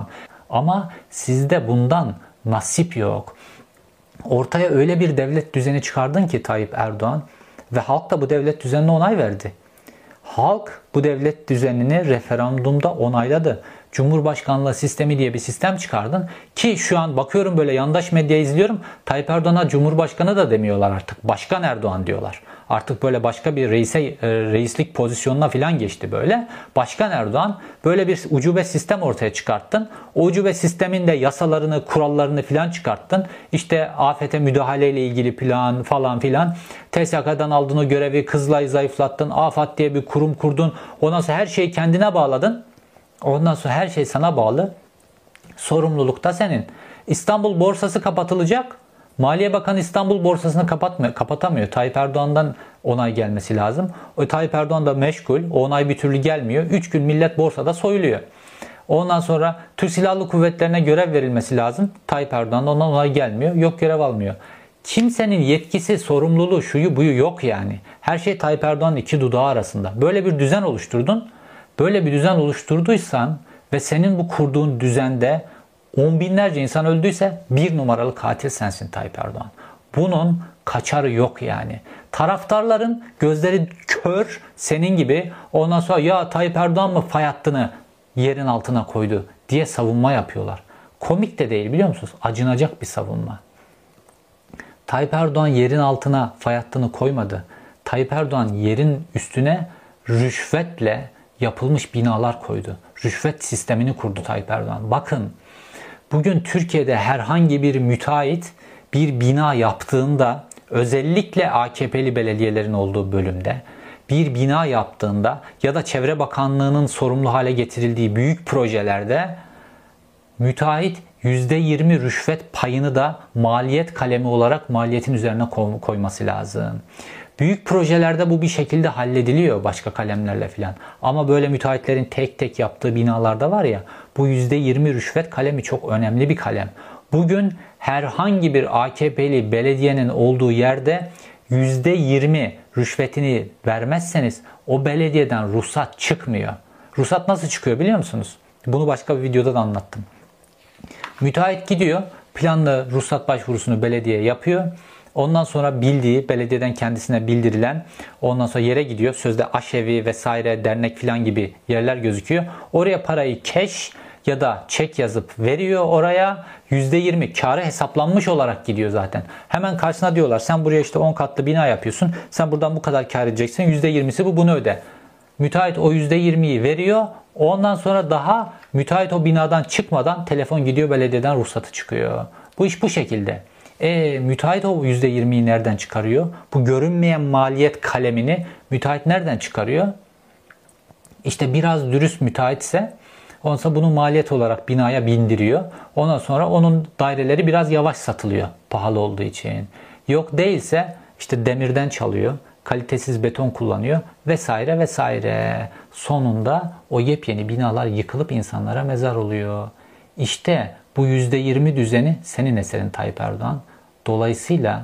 Ama sizde bundan nasip yok. Ortaya öyle bir devlet düzeni çıkardın ki Tayyip Erdoğan ve halk da bu devlet düzenine onay verdi. Halk bu devlet düzenini referandumda onayladı. Cumhurbaşkanlığı sistemi diye bir sistem çıkardın ki şu an bakıyorum böyle yandaş medya izliyorum. Tayyip Erdoğan'a Cumhurbaşkanı da demiyorlar artık. Başkan Erdoğan diyorlar. Artık böyle başka bir reislik pozisyonuna falan geçti böyle. Başkan Erdoğan böyle bir ucube sistem ortaya çıkarttın. O ucube sistemin de yasalarını, kurallarını falan çıkarttın. İşte afete müdahaleyle ilgili plan falan filan. TSK'dan aldığın o görevi Kızılay'ı zayıflattın. AFAD diye bir kurum kurdun. Ondan sonra her şeyi kendine bağladın. Ondan sonra her şey sana bağlı. Sorumluluk da senin. İstanbul borsası kapatılacak. Maliye Bakanı İstanbul borsasını kapatamıyor. Tayyip Erdoğan'dan onay gelmesi lazım. O Tayyip Erdoğan da meşgul. O onay bir türlü gelmiyor. 3 gün millet borsada soyuluyor. Ondan sonra Türk Silahlı Kuvvetlerine görev verilmesi lazım. Tayyip Erdoğan'dan ondan onay gelmiyor. Yok, görev almıyor. Kimsenin yetkisi, sorumluluğu, şuyu buyu yok yani. Her şey Tayyip Erdoğan'ın iki dudağı arasında. Böyle bir düzen oluşturdun. Böyle bir düzen oluşturduysan ve senin bu kurduğun düzende 10 binlerce insan öldüyse bir numaralı katil sensin Tayyip Erdoğan. Bunun kaçarı yok yani. Taraftarların gözleri kör senin gibi, ondan sonra ya Tayyip Erdoğan mı fay hattını yerin altına koydu diye savunma yapıyorlar. Komik de değil, biliyor musunuz? Acınacak bir savunma. Tayyip Erdoğan yerin altına fay hattını koymadı. Tayyip Erdoğan yerin üstüne rüşvetle yapılmış binalar koydu. Rüşvet sistemini kurdu Tayyip Erdoğan. Bakın, bugün Türkiye'de herhangi bir müteahhit bir bina yaptığında, özellikle AKP'li belediyelerin olduğu bölümde bir bina yaptığında ya da Çevre Bakanlığı'nın sorumlu hale getirildiği büyük projelerde müteahhit %20 rüşvet payını da maliyet kalemi olarak maliyetin üzerine koyması lazım. Büyük projelerde bu bir şekilde hallediliyor başka kalemlerle filan. Ama böyle müteahhitlerin tek tek yaptığı binalarda var ya, bu %20 rüşvet kalemi çok önemli bir kalem. Bugün herhangi bir AKP'li belediyenin olduğu yerde %20 rüşvetini vermezseniz o belediyeden ruhsat çıkmıyor. Ruhsat nasıl çıkıyor biliyor musunuz? Bunu başka bir videoda da anlattım. Müteahhit gidiyor, planlı ruhsat başvurusunu belediye yapıyor. Ondan sonra bildiği, belediyeden kendisine bildirilen, ondan sonra yere gidiyor. Sözde aşevi vesaire, dernek filan gibi yerler gözüküyor. Oraya parayı cash ya da çek yazıp veriyor oraya. %20 karı hesaplanmış olarak gidiyor zaten. Hemen karşısına diyorlar, sen buraya işte 10 katlı bina yapıyorsun. Sen buradan bu kadar kar edeceksin. %20'si bu, bunu öde. Müteahhit o %20'yi veriyor. Ondan sonra daha müteahhit o binadan çıkmadan telefon gidiyor, belediyeden ruhsatı çıkıyor. Bu iş bu şekilde. Müteahhit o %20'yi nereden çıkarıyor? Bu görünmeyen maliyet kalemini müteahhit nereden çıkarıyor? İşte biraz dürüst müteahhitse ondan sonra bunu maliyet olarak binaya bindiriyor. Ondan sonra onun daireleri biraz yavaş satılıyor pahalı olduğu için. Yok değilse işte demirden çalıyor, kalitesiz beton kullanıyor vesaire vesaire. Sonunda o yepyeni binalar yıkılıp insanlara mezar oluyor. İşte bu %20 düzeni senin eserin Tayyip Erdoğan. Dolayısıyla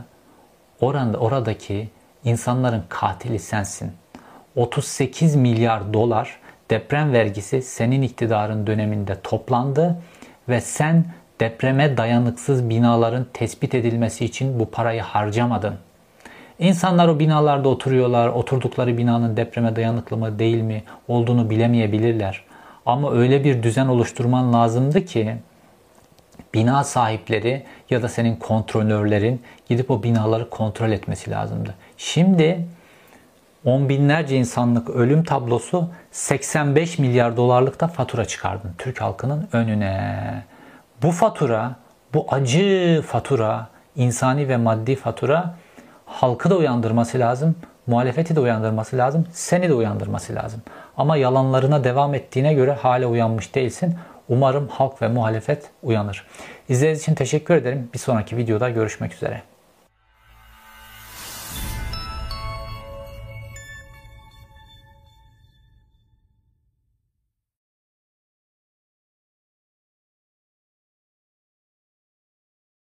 oradaki insanların katili sensin. 38 milyar dolar deprem vergisi senin iktidarın döneminde toplandı ve sen depreme dayanıksız binaların tespit edilmesi için bu parayı harcamadın. İnsanlar o binalarda oturuyorlar. Oturdukları binanın depreme dayanıklı mı değil mi olduğunu bilemeyebilirler. Ama öyle bir düzen oluşturman lazımdı ki bina sahipleri ya da senin kontrolörlerin gidip o binaları kontrol etmesi lazımdı. Şimdi on binlerce insanlık ölüm tablosu, 85 milyar dolarlık da fatura çıkardın Türk halkının önüne. Bu fatura, bu acı fatura, insani ve maddi fatura halkı da uyandırması lazım, muhalefeti de uyandırması lazım, seni de uyandırması lazım. Ama yalanlarına devam ettiğine göre hala uyanmış değilsin. Umarım halk ve muhalefet uyanır. İzlediğiniz için teşekkür ederim. Bir sonraki videoda görüşmek üzere.